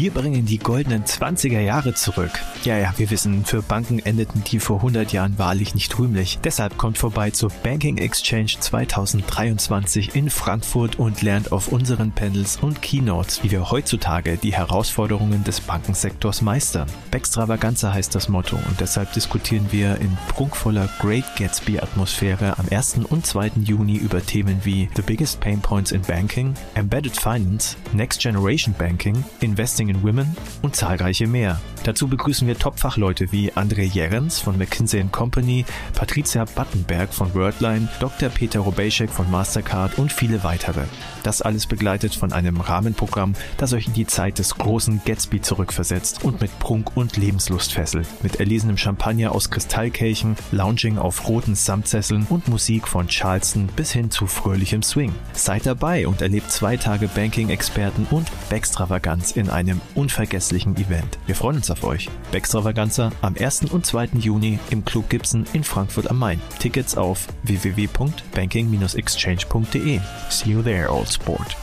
Wir bringen die goldenen 20er Jahre zurück. Ja, wir wissen, für Banken endeten die vor 100 Jahren wahrlich nicht rühmlich. Deshalb kommt vorbei zur Banking Exchange 2023 in Frankfurt und lernt auf unseren Panels und Keynotes, wie wir heutzutage die Herausforderungen des Bankensektors meistern. Backstravaganza heißt das Motto und deshalb diskutieren wir in prunkvoller Great Gatsby-Atmosphäre am 1. und 2. Juni über Themen wie The Biggest Pain Points in Banking, Embedded Finance, Next Generation Banking, Investing in Women und zahlreiche mehr. Dazu begrüßen wir Top-Fachleute wie André Jerens von McKinsey & Company, Patricia Battenberg von Worldline, Dr. Peter Robejek von Mastercard und viele weitere. Das alles begleitet von einem Rahmenprogramm, das euch in die Zeit des großen Gatsby zurückversetzt und mit Prunk und Lebenslust fesselt. Mit erlesenem Champagner aus Kristallkelchen, Lounging auf roten Samtsesseln und Musik von Charleston bis hin zu fröhlichem Swing. Seid dabei und erlebt 2 Tage Banking-Experten und Backstravaganz in einem unvergesslichen Event. Wir freuen uns auf euch. Backstravaganza am 1. und 2. Juni im Club Gibson in Frankfurt am Main. Tickets auf www.banking-exchange.de. See you there, old sport.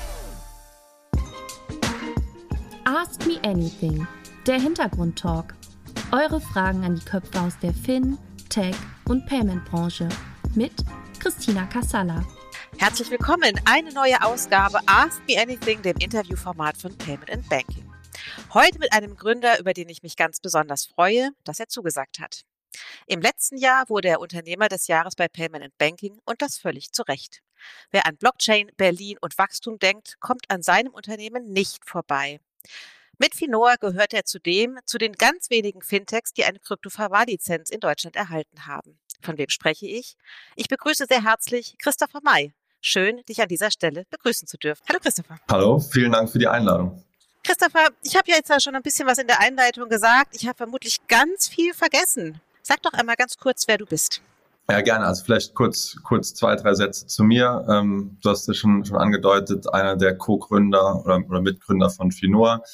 Ask Me Anything, der Hintergrundtalk. Eure Fragen an die Köpfe aus der Fin-, Tech- und Payment-Branche mit Christina Kassala. Herzlich willkommen in eine neue Ausgabe Ask Me Anything, dem Interviewformat von Payment & Banking. Heute mit einem Gründer, über den ich mich ganz besonders freue, dass er zugesagt hat. Im letzten Jahr wurde er Unternehmer des Jahres bei Payment & Banking und das völlig zu Recht. Wer an Blockchain, Berlin und Wachstum denkt, kommt an seinem Unternehmen nicht vorbei. Mit Finor gehört er zudem zu den ganz wenigen Fintechs, die eine Krypto-Verwahrlizenz in Deutschland erhalten haben. Von wem spreche ich? Ich begrüße sehr herzlich Christopher May. Schön, dich an dieser Stelle begrüßen zu dürfen. Hallo Christopher. Hallo, vielen Dank für die Einladung. Christopher, ich habe ja jetzt schon ein bisschen was in der Einleitung gesagt. Ich habe vermutlich ganz viel vergessen. Sag doch einmal ganz kurz, wer du bist. Ja, gerne. Also vielleicht kurz 2, 3 Sätze zu mir. Du hast ja schon angedeutet, einer der Co-Gründer oder Mitgründer von Finor.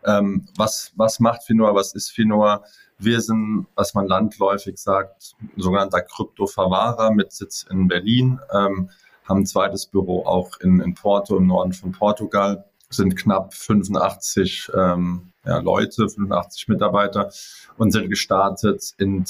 Was macht Finor? Was ist Finor? Wir sind, was man landläufig sagt, ein sogenannter Kryptoverwahrer mit Sitz in Berlin, haben ein zweites Büro auch in Porto, im Norden von Portugal, sind knapp 85 Leute, 85 Mitarbeiter und sind gestartet in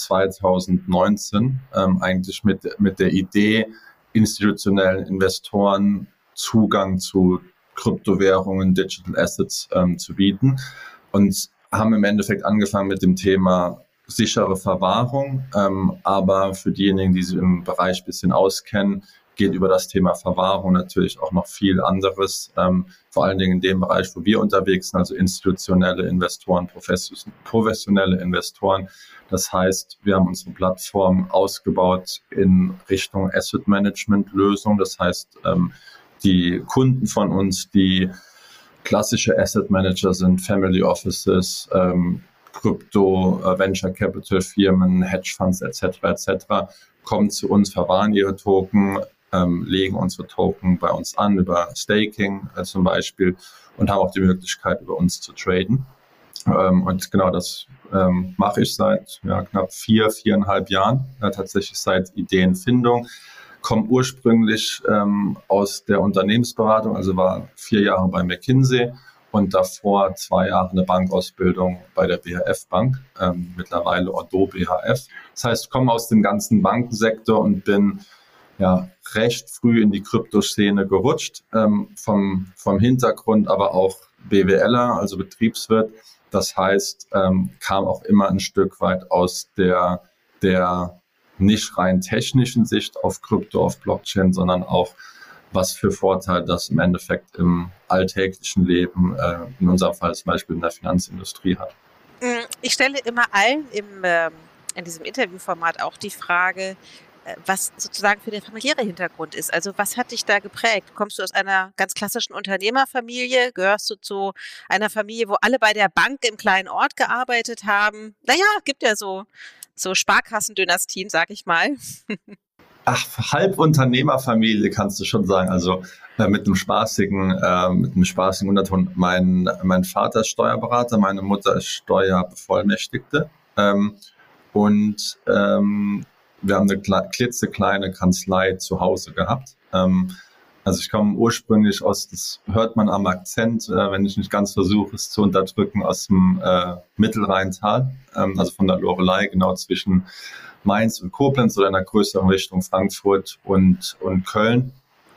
2019 eigentlich mit der Idee, institutionellen Investoren Zugang zu Kryptowährungen, Digital Assets zu bieten und haben im Endeffekt angefangen mit dem Thema sichere Verwahrung, aber für diejenigen, die sich im Bereich ein bisschen auskennen, geht über das Thema Verwahrung natürlich auch noch viel anderes, vor allen Dingen in dem Bereich, wo wir unterwegs sind, also institutionelle Investoren, professionelle Investoren. Das heißt, wir haben unsere Plattform ausgebaut in Richtung Asset Management Lösung. Das heißt, die Kunden von uns, die klassische Asset Manager sind, Family Offices, Krypto, Venture Capital Firmen, Hedgefonds etc., kommen zu uns, verwahren ihre Token, legen unsere Token bei uns an über Staking zum Beispiel und haben auch die Möglichkeit, über uns zu traden. Und genau das mache ich seit knapp 4,5 Jahren, tatsächlich seit Ideenfindung. Komme ursprünglich aus der Unternehmensberatung, also war 4 Jahre bei McKinsey und davor 2 Jahre eine Bankausbildung bei der BHF Bank, mittlerweile Oddo BHF. Das heißt, ich komme aus dem ganzen Bankensektor und bin recht früh in die Kryptoszene gerutscht, vom Hintergrund aber auch BWLer, also Betriebswirt. Das heißt, kam auch immer ein Stück weit aus der nicht rein technischen Sicht auf Krypto, auf Blockchain, sondern auch, was für Vorteile das im Endeffekt im alltäglichen Leben, in unserem Fall zum Beispiel in der Finanzindustrie hat. Ich stelle immer allen in diesem Interviewformat auch die Frage, was sozusagen für den familiäre Hintergrund ist. Also was hat dich da geprägt? Kommst du aus einer ganz klassischen Unternehmerfamilie? Gehörst du zu einer Familie, wo alle bei der Bank im kleinen Ort gearbeitet haben? Naja, gibt ja so Sparkassendynastien, sag ich mal. Ach, halb Unternehmerfamilie kannst du schon sagen. Also mit einem spaßigen Unterton. Mein Vater ist Steuerberater, meine Mutter ist Steuerbevollmächtigte. Wir haben eine klitzekleine Kanzlei zu Hause gehabt. Also ich komme ursprünglich das hört man am Akzent, wenn ich nicht ganz versuche, es zu unterdrücken, aus dem Mittelrheintal, also von der Loreley, genau zwischen Mainz und Koblenz oder in einer größeren Richtung Frankfurt und Köln,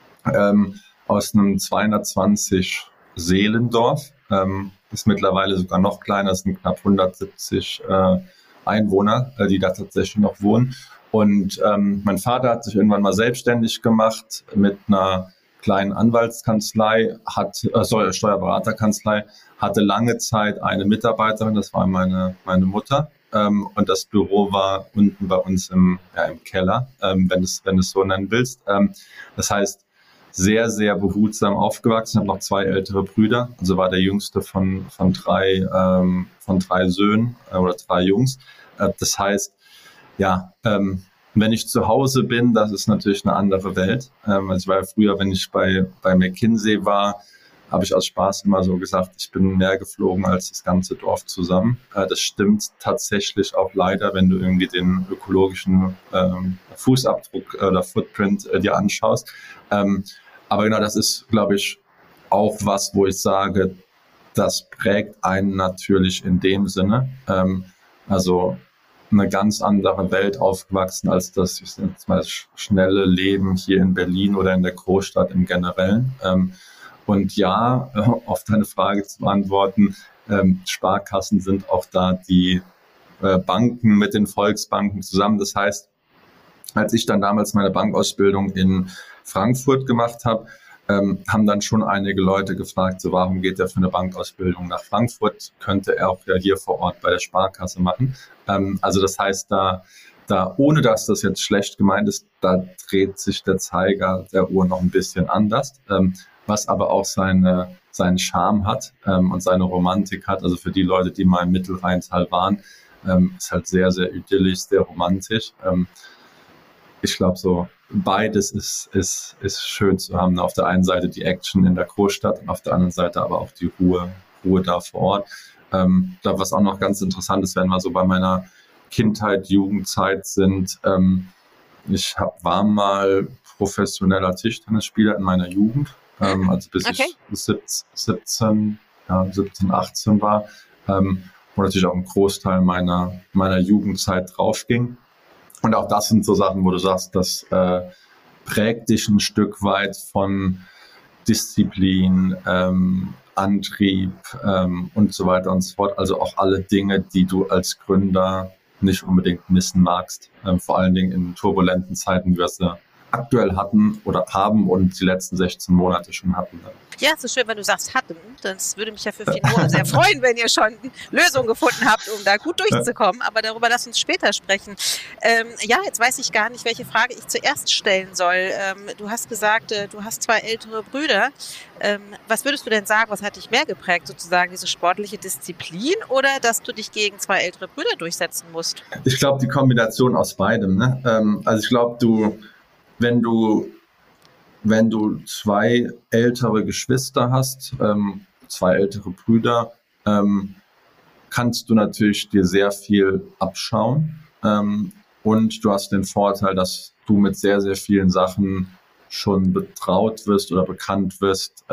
aus einem 220 Seelendorf, ist mittlerweile sogar noch kleiner, es sind knapp 170 Einwohner, die da tatsächlich noch wohnen. Und mein Vater hat sich irgendwann mal selbstständig gemacht mit einer kleinen Anwaltskanzlei, Steuerberaterkanzlei, hatte lange Zeit eine Mitarbeiterin, das war meine Mutter. Und das Büro war unten bei uns im Keller, wenn du es so nennen willst. Das heißt, sehr, sehr behutsam aufgewachsen. Ich habe noch 2 ältere Brüder, also war der jüngste von 3 Söhnen oder 3 Jungs. Das heißt, ja, wenn ich zu Hause bin, das ist natürlich eine andere Welt. Also ich war ja früher, wenn ich bei McKinsey war, habe ich aus Spaß immer so gesagt, ich bin mehr geflogen als das ganze Dorf zusammen. Das stimmt tatsächlich auch leider, wenn du irgendwie den ökologischen Fußabdruck oder Footprint dir anschaust. Aber genau, das ist, glaube ich, auch was, wo ich sage, das prägt einen natürlich in dem Sinne. Also eine ganz andere Welt aufgewachsen als das, ich sag jetzt mal, schnelle Leben hier in Berlin oder in der Großstadt im Generellen. Und ja, auf deine Frage zu beantworten, Sparkassen sind auch da die Banken mit den Volksbanken zusammen. Das heißt, als ich dann damals meine Bankausbildung in Frankfurt gemacht habe, haben dann schon einige Leute gefragt, so warum geht er für eine Bankausbildung nach Frankfurt? Könnte er auch ja hier vor Ort bei der Sparkasse machen? Also das heißt, da ohne dass das jetzt schlecht gemeint ist, da dreht sich der Zeiger der Uhr noch ein bisschen anders, was aber auch seinen Charme hat und seine Romantik hat. Also für die Leute, die mal im Mittelrheintal waren, ist halt sehr, sehr idyllisch, sehr romantisch. Ich glaube, so beides ist schön zu haben. Auf der einen Seite die Action in der Großstadt und auf der anderen Seite aber auch die Ruhe da vor Ort. Ich glaube, was auch noch ganz interessant ist, wenn wir so bei meiner Kindheit, Jugendzeit sind. Ich war mal professioneller Tischtennisspieler in meiner Jugend, also bis ich 17, 18 war, wo natürlich auch ein Großteil meiner Jugendzeit drauf ging. Und auch das sind so Sachen, wo du sagst, das prägt dich ein Stück weit von Disziplin, Antrieb und so weiter und so fort. Also auch alle Dinge, die du als Gründer nicht unbedingt missen magst. Vor allen Dingen in turbulenten Zeiten, wie wir es aktuell hatten oder haben und die letzten 16 Monate schon hatten. Ja, es ist schön, wenn du sagst hatten. Das würde mich ja für Finora sehr freuen, wenn ihr schon Lösungen gefunden habt, um da gut durchzukommen. Aber darüber lass uns später sprechen. Jetzt weiß ich gar nicht, welche Frage ich zuerst stellen soll. Du hast gesagt, du hast 2 ältere Brüder. Was würdest du denn sagen, was hat dich mehr geprägt, sozusagen diese sportliche Disziplin oder dass du dich gegen 2 ältere Brüder durchsetzen musst? Ich glaube, die Kombination aus beidem. Ne? Also ich glaube, wenn du 2 ältere Geschwister hast, 2 ältere Brüder, kannst du natürlich dir sehr viel abschauen. Und du hast den Vorteil, dass du mit sehr, sehr vielen Sachen schon betraut wirst oder bekannt wirst,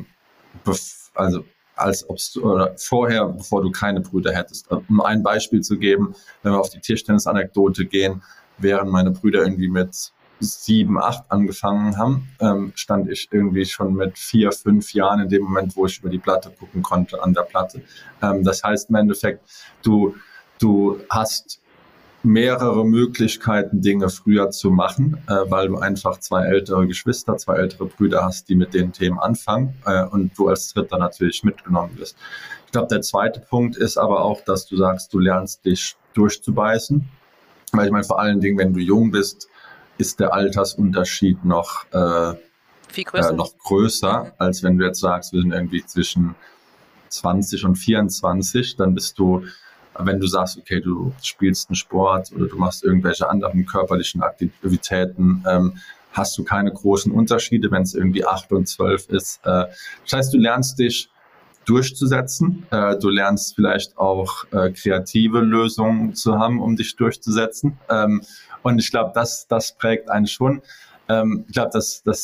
als ob oder vorher, bevor du keine Brüder hättest. Um ein Beispiel zu geben, wenn wir auf die Tischtennis-Anekdote gehen, während meine Brüder irgendwie mit 7, 8 angefangen haben, stand ich irgendwie schon mit 4, 5 Jahren in dem Moment, wo ich über die Platte gucken konnte, an der Platte. Das heißt im Endeffekt, du hast mehrere Möglichkeiten, Dinge früher zu machen, weil du einfach 2 ältere Geschwister, 2 ältere Brüder hast, die mit den Themen anfangen und du als Dritter natürlich mitgenommen wirst. Ich glaube, der zweite Punkt ist aber auch, dass du sagst, du lernst dich durchzubeißen, weil ich meine, vor allen Dingen, wenn du jung bist, ist der Altersunterschied noch viel größer, noch größer, als wenn du jetzt sagst, wir sind irgendwie zwischen 20 und 24, dann bist du, wenn du sagst, okay, du spielst einen Sport oder du machst irgendwelche anderen körperlichen Aktivitäten, hast du keine großen Unterschiede, wenn es irgendwie 8 und 12 ist. Das heißt, du lernst dich durchzusetzen. Du lernst vielleicht auch kreative Lösungen zu haben, um dich durchzusetzen. Und ich glaube, das prägt einen schon. Ich glaube, das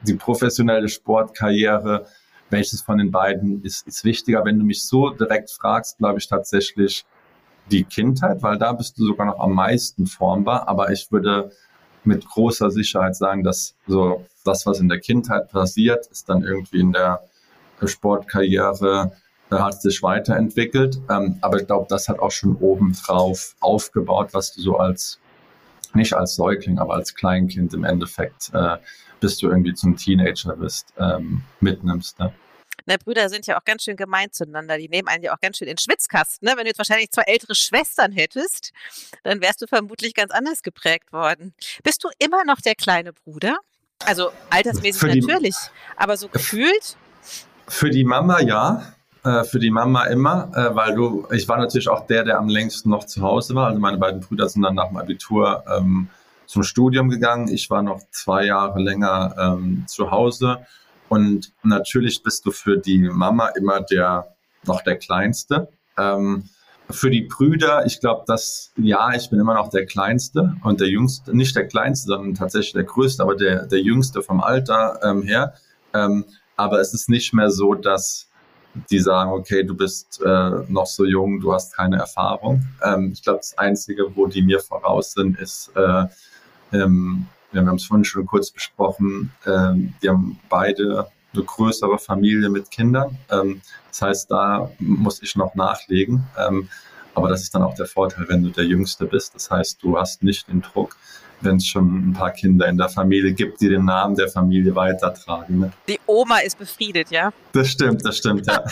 die professionelle Sportkarriere, welches von den beiden ist wichtiger? Wenn du mich so direkt fragst, glaube ich tatsächlich die Kindheit, weil da bist du sogar noch am meisten formbar. Aber ich würde mit großer Sicherheit sagen, dass so das, was in der Kindheit passiert, ist dann irgendwie in der Sportkarriere, hat sich weiterentwickelt. Aber ich glaube, das hat auch schon obendrauf aufgebaut, was du so nicht als Säugling, aber als Kleinkind im Endeffekt, bis du irgendwie zum Teenager bist, mitnimmst. Ne? Na, Brüder sind ja auch ganz schön gemein zueinander. Die nehmen einen ja auch ganz schön in den Schwitzkasten. Ne? Wenn du jetzt wahrscheinlich 2 ältere Schwestern hättest, dann wärst du vermutlich ganz anders geprägt worden. Bist du immer noch der kleine Bruder? Also altersmäßig natürlich, aber so gefühlt? Für die Mama ja. Für die Mama immer, weil ich war natürlich auch der am längsten noch zu Hause war. Also meine beiden Brüder sind dann nach dem Abitur zum Studium gegangen. Ich war noch 2 Jahre länger zu Hause. Und natürlich bist du für die Mama immer noch der Kleinste. Für die Brüder, ich glaube, ich bin immer noch der Kleinste und der Jüngste, nicht der Kleinste, sondern tatsächlich der Größte, aber der Jüngste vom Alter her. Aber es ist nicht mehr so, dass die sagen, okay, du bist noch so jung, du hast keine Erfahrung. Ich glaube, das Einzige, wo die mir voraus sind, ist, wir haben es vorhin schon kurz besprochen, die haben beide eine größere Familie mit Kindern. Das heißt, da muss ich noch nachlegen. Aber das ist dann auch der Vorteil, wenn du der Jüngste bist. Das heißt, du hast nicht den Druck, wenn es schon ein paar Kinder in der Familie gibt, die den Namen der Familie weitertragen. Ne? Die Oma ist befriedet, ja? Das stimmt, ja.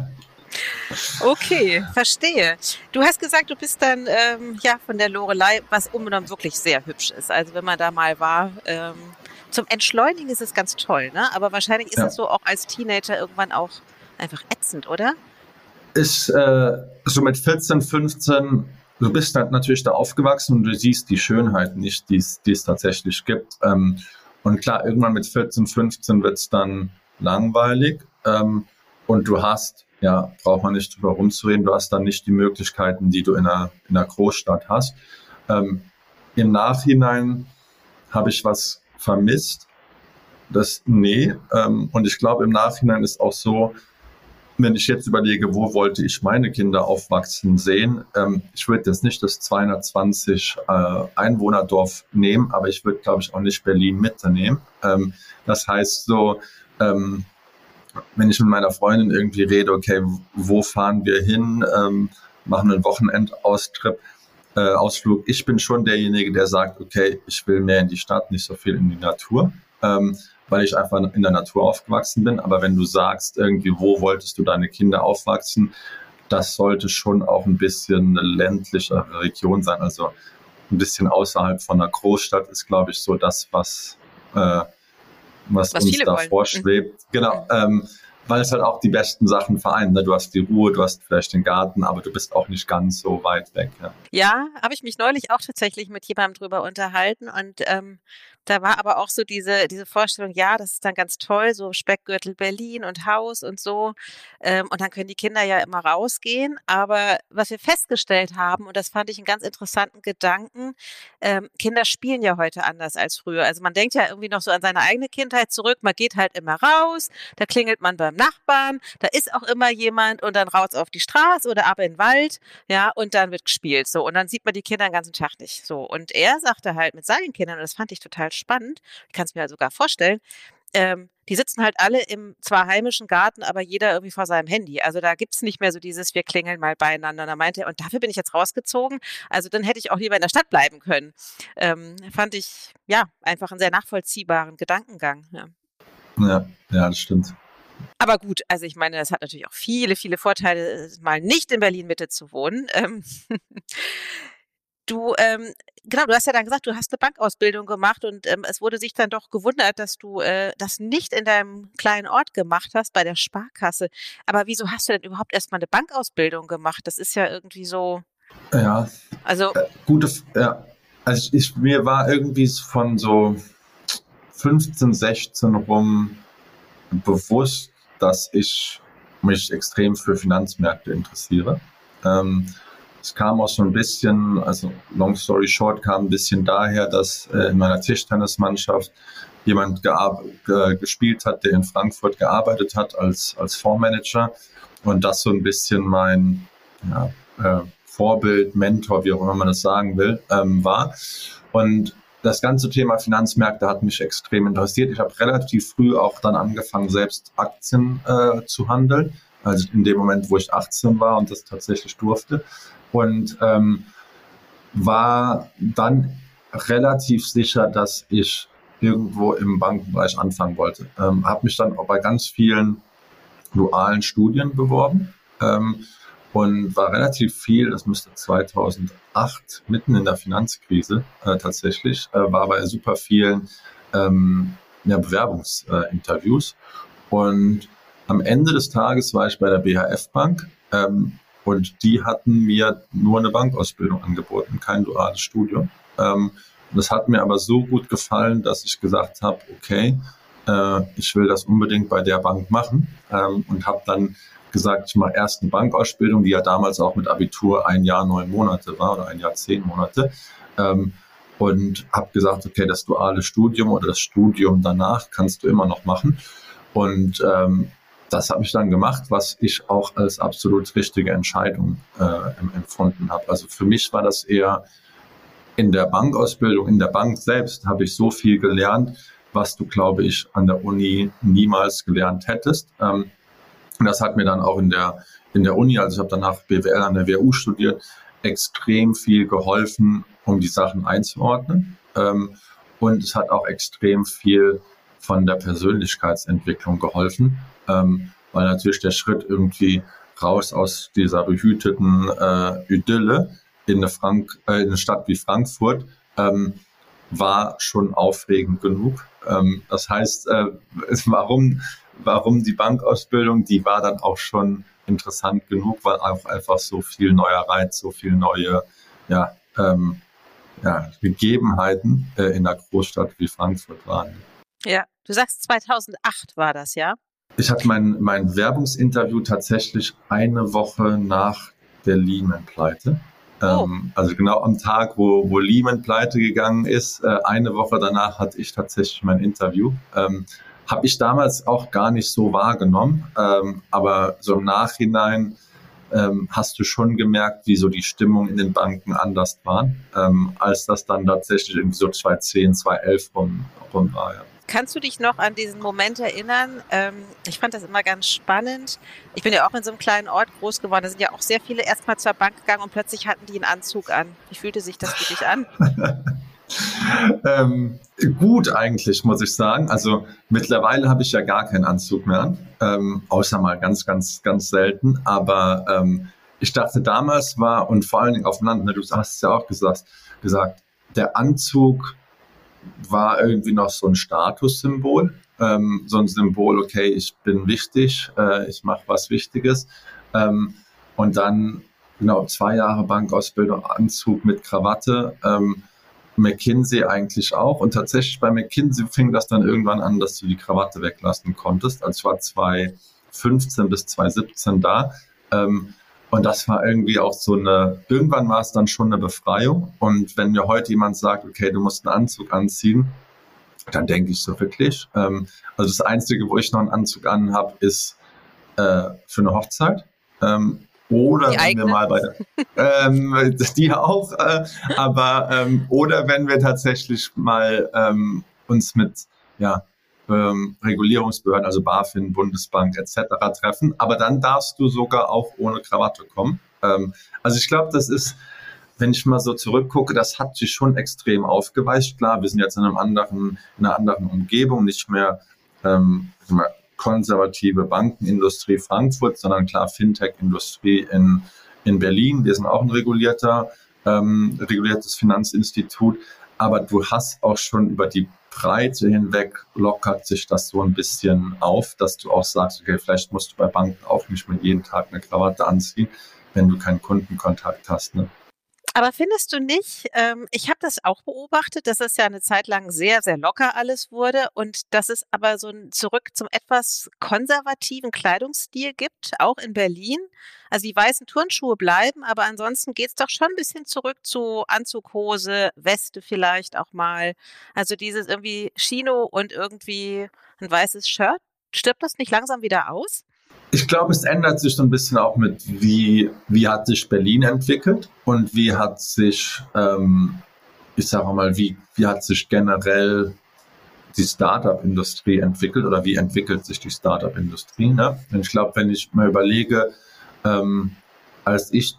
Okay, verstehe. Du hast gesagt, du bist dann von der Loreley, was unbenommen wirklich sehr hübsch ist. Also wenn man da mal war, zum Entschleunigen ist es ganz toll, ne? Aber wahrscheinlich ist es so auch als Teenager irgendwann auch einfach ätzend, oder? Ist so mit 14, 15, du bist halt natürlich da aufgewachsen und du siehst die Schönheit nicht, die es tatsächlich gibt. Und klar, irgendwann mit 14, 15 wird es dann langweilig. Und du hast, braucht man nicht drüber rumzureden, du hast dann nicht die Möglichkeiten, die du in einer Großstadt hast. Im Nachhinein habe ich was vermisst. Und ich glaube, im Nachhinein ist auch so, wenn ich jetzt überlege, wo wollte ich meine Kinder aufwachsen sehen, ich würde jetzt nicht das 220 Einwohnerdorf nehmen, aber ich würde, glaube ich, auch nicht Berlin-Mitte nehmen. Das heißt so, wenn ich mit meiner Freundin irgendwie rede, okay, wo fahren wir hin, machen einen Wochenendausflug. Ich bin schon derjenige, der sagt, okay, ich will mehr in die Stadt, nicht so viel in die Natur, weil ich einfach in der Natur aufgewachsen bin. Aber wenn du sagst, irgendwie, wo wolltest du deine Kinder aufwachsen, das sollte schon auch ein bisschen eine ländlichere Region sein. Also ein bisschen außerhalb von einer Großstadt ist, glaube ich, so das, was uns da vorschwebt. Genau, weil es halt auch die besten Sachen vereint. Ne? Du hast die Ruhe, du hast vielleicht den Garten, aber du bist auch nicht ganz so weit weg. Ja, habe ich mich neulich auch tatsächlich mit jemandem drüber unterhalten und da war aber auch so diese Vorstellung, ja, das ist dann ganz toll, so Speckgürtel Berlin und Haus und so. Und dann können die Kinder ja immer rausgehen. Aber was wir festgestellt haben, und das fand ich einen ganz interessanten Gedanken, Kinder spielen ja heute anders als früher. Also man denkt ja irgendwie noch so an seine eigene Kindheit zurück. Man geht halt immer raus, da klingelt man beim Nachbarn, da ist auch immer jemand und dann raus auf die Straße oder ab in den Wald, ja, und dann wird gespielt. So, und dann sieht man die Kinder den ganzen Tag nicht. So, und er sagte halt mit seinen Kindern, und das fand ich total spannend, ich kann es mir ja sogar vorstellen, die sitzen halt alle im zwar heimischen Garten, aber jeder irgendwie vor seinem Handy. Also da gibt's nicht mehr so dieses, wir klingeln mal beieinander. Und da meinte er, und dafür bin ich jetzt rausgezogen. Also dann hätte ich auch lieber in der Stadt bleiben können. Fand ich, einfach einen sehr nachvollziehbaren Gedankengang. Ja, das stimmt. Aber gut, also ich meine, das hat natürlich auch viele, viele Vorteile, mal nicht in Berlin-Mitte zu wohnen. Du hast ja dann gesagt, du hast eine Bankausbildung gemacht und es wurde sich dann doch gewundert, dass du das nicht in deinem kleinen Ort gemacht hast, bei der Sparkasse. Aber wieso hast du denn überhaupt erstmal eine Bankausbildung gemacht? Das ist ja irgendwie so... Ja, also Also mir war irgendwie von so 15, 16 rum bewusst, dass ich mich extrem für Finanzmärkte interessiere. Es kam auch so ein bisschen, also long story short, kam ein bisschen daher, dass in meiner Tischtennismannschaft jemand gespielt hat, der in Frankfurt gearbeitet hat als Fondsmanager und das so ein bisschen mein Vorbild, Mentor, wie auch immer man das sagen will, war. Und das ganze Thema Finanzmärkte hat mich extrem interessiert. Ich habe relativ früh auch dann angefangen, selbst Aktien zu handeln, also in dem Moment, wo ich 18 war und das tatsächlich durfte. Und war dann relativ sicher, dass ich irgendwo im Bankenbereich anfangen wollte. Habe mich dann auch bei ganz vielen dualen Studien beworben und war relativ viel, das müsste 2008, mitten in der Finanzkrise tatsächlich, war bei super vielen Bewerbungsinterviews. Und am Ende des Tages war ich bei der BHF Bank und die hatten mir nur eine Bankausbildung angeboten, kein duales Studium. Das hat mir aber so gut gefallen, dass ich gesagt habe, okay, ich will das unbedingt bei der Bank machen und habe dann gesagt, ich mache erst eine Bankausbildung, die ja damals auch mit Abitur 1 Jahr 9 Monate war oder 1 Jahr 10 Monate und habe gesagt, okay, das duale Studium oder das Studium danach kannst du immer noch machen und das habe ich dann gemacht, was ich auch als absolut richtige Entscheidung empfunden habe. Also für mich war das eher in der Bankausbildung, in der Bank selbst habe ich so viel gelernt, was du, glaube ich, an der Uni niemals gelernt hättest. Und das hat mir dann auch in der Uni, also ich habe danach BWL an der WHU studiert, extrem viel geholfen, um die Sachen einzuordnen. Und es hat auch extrem viel von der Persönlichkeitsentwicklung geholfen, weil natürlich der Schritt irgendwie raus aus dieser behüteten Idylle in eine Stadt wie Frankfurt war schon aufregend genug. Das heißt, warum die Bankausbildung, die war dann auch schon interessant genug, weil auch einfach so viel neuer Reiz, so viel neue Gegebenheiten in einer Großstadt wie Frankfurt waren. Ja, du sagst 2008 war das, ja? Ich hatte mein Werbungsinterview tatsächlich eine Woche nach der Lehman-Pleite. Also genau am Tag, wo Lehman pleite gegangen ist, eine Woche danach hatte ich tatsächlich mein Interview. Habe ich damals auch gar nicht so wahrgenommen, aber so im Nachhinein hast du schon gemerkt, wie so die Stimmung in den Banken anders war, als das dann tatsächlich irgendwie so 2010, 2011 rum war. Ja. Kannst du dich noch an diesen Moment erinnern? Ich fand das immer ganz spannend. Ich bin ja auch in so einem kleinen Ort groß geworden. Da sind ja auch sehr viele erstmal zur Bank gegangen und plötzlich hatten die einen Anzug an. Wie fühlte sich das für dich an? Gut eigentlich, muss ich sagen. Also mittlerweile habe ich ja gar keinen Anzug mehr an, außer mal ganz, ganz, ganz selten. Aber ich dachte damals war, und vor allen Dingen auf dem Land, du hast es ja auch gesagt, der Anzug war irgendwie noch so ein Statussymbol, so ein Symbol, okay, ich bin wichtig, ich mache was Wichtiges. Und dann, 2 Jahre Bankausbildung, Anzug mit Krawatte, McKinsey eigentlich auch. Und tatsächlich bei McKinsey fing das dann irgendwann an, dass du die Krawatte weglassen konntest. Also ich war 2015 bis 2017 da. Und das war irgendwie auch irgendwann war es dann schon eine Befreiung. Und wenn mir heute jemand sagt, okay, du musst einen Anzug anziehen, dann denke ich so wirklich. Also das Einzige, wo ich noch einen Anzug anhabe, ist für eine Hochzeit. Oder die wenn wir mal die auch, oder wenn wir tatsächlich mal uns mit Regulierungsbehörden, also BaFin, Bundesbank etc. treffen. Aber dann darfst du sogar auch ohne Krawatte kommen. Also ich glaube, das ist, wenn ich mal so zurückgucke, das hat sich schon extrem aufgeweicht. Klar, wir sind jetzt in einer anderen Umgebung, nicht mehr konservative Bankenindustrie Frankfurt, sondern klar Fintech-Industrie in Berlin. Wir sind auch ein reguliertes Finanzinstitut. Aber du hast auch schon über die Breite hinweg lockert sich das so ein bisschen auf, dass du auch sagst, okay, vielleicht musst du bei Banken auch nicht mehr jeden Tag eine Krawatte anziehen, wenn du keinen Kundenkontakt hast. Ne? Aber findest du nicht, ich habe das auch beobachtet, dass es ja eine Zeit lang sehr, sehr locker alles wurde und dass es aber so ein Zurück zum etwas konservativen Kleidungsstil gibt, auch in Berlin? Also die weißen Turnschuhe bleiben, aber ansonsten geht's doch schon ein bisschen zurück zu Anzughose, Weste vielleicht auch mal. Also dieses irgendwie Chino und irgendwie ein weißes Shirt. Stirbt das nicht langsam wieder aus? Ich glaube, es ändert sich so ein bisschen auch mit, wie hat sich Berlin entwickelt und wie hat sich, ich sage mal, wie hat sich generell die Startup-Industrie entwickelt oder wie entwickelt sich die Startup-Industrie. Ne? Und ich glaube, wenn ich mal überlege, als ich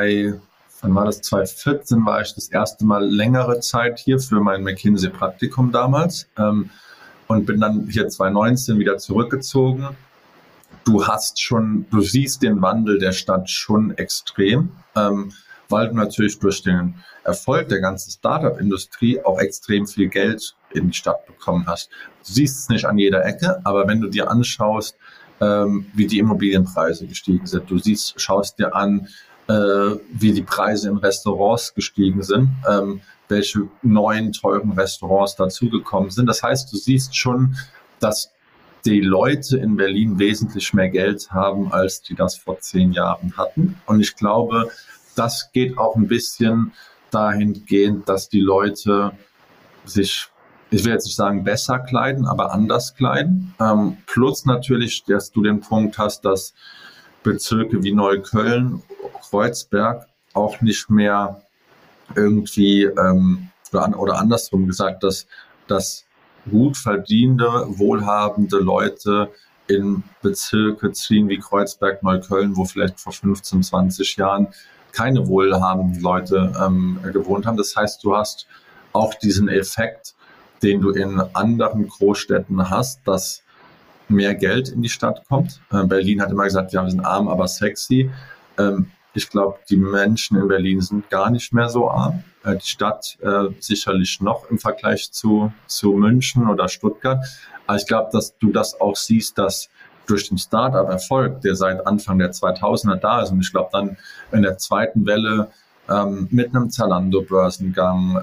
2014 war ich das erste Mal längere Zeit hier für mein McKinsey-Praktikum damals und bin dann hier 2019 wieder zurückgezogen. Du siehst den Wandel der Stadt schon extrem, weil du natürlich durch den Erfolg der ganzen Startup-Industrie auch extrem viel Geld in die Stadt bekommen hast. Du siehst es nicht an jeder Ecke, aber wenn du dir anschaust, wie die Immobilienpreise gestiegen sind, schaust dir an, wie die Preise in Restaurants gestiegen sind, welche neuen, teuren Restaurants dazugekommen sind. Das heißt, du siehst schon, dass die Leute in Berlin wesentlich mehr Geld haben, als die das vor 10 Jahren hatten. Und ich glaube, das geht auch ein bisschen dahingehend, dass die Leute sich, ich will jetzt nicht sagen besser kleiden, aber anders kleiden. Plus natürlich, dass du den Punkt hast, dass Bezirke wie Neukölln, Kreuzberg auch nicht mehr irgendwie, oder andersrum gesagt, dass gut verdienende, wohlhabende Leute in Bezirke ziehen wie Kreuzberg, Neukölln, wo vielleicht vor 15, 20 Jahren keine wohlhabenden Leute gewohnt haben. Das heißt, du hast auch diesen Effekt, den du in anderen Großstädten hast, dass mehr Geld in die Stadt kommt. Berlin hat immer gesagt, ja, wir sind arm, aber sexy. Ich glaube, die Menschen in Berlin sind gar nicht mehr so arm. Die Stadt sicherlich noch im Vergleich zu München oder Stuttgart. Aber ich glaube, dass du das auch siehst, dass durch den Start-up-Erfolg, der seit Anfang der 2000er da ist, und ich glaube dann in der zweiten Welle mit einem Zalando-Börsengang,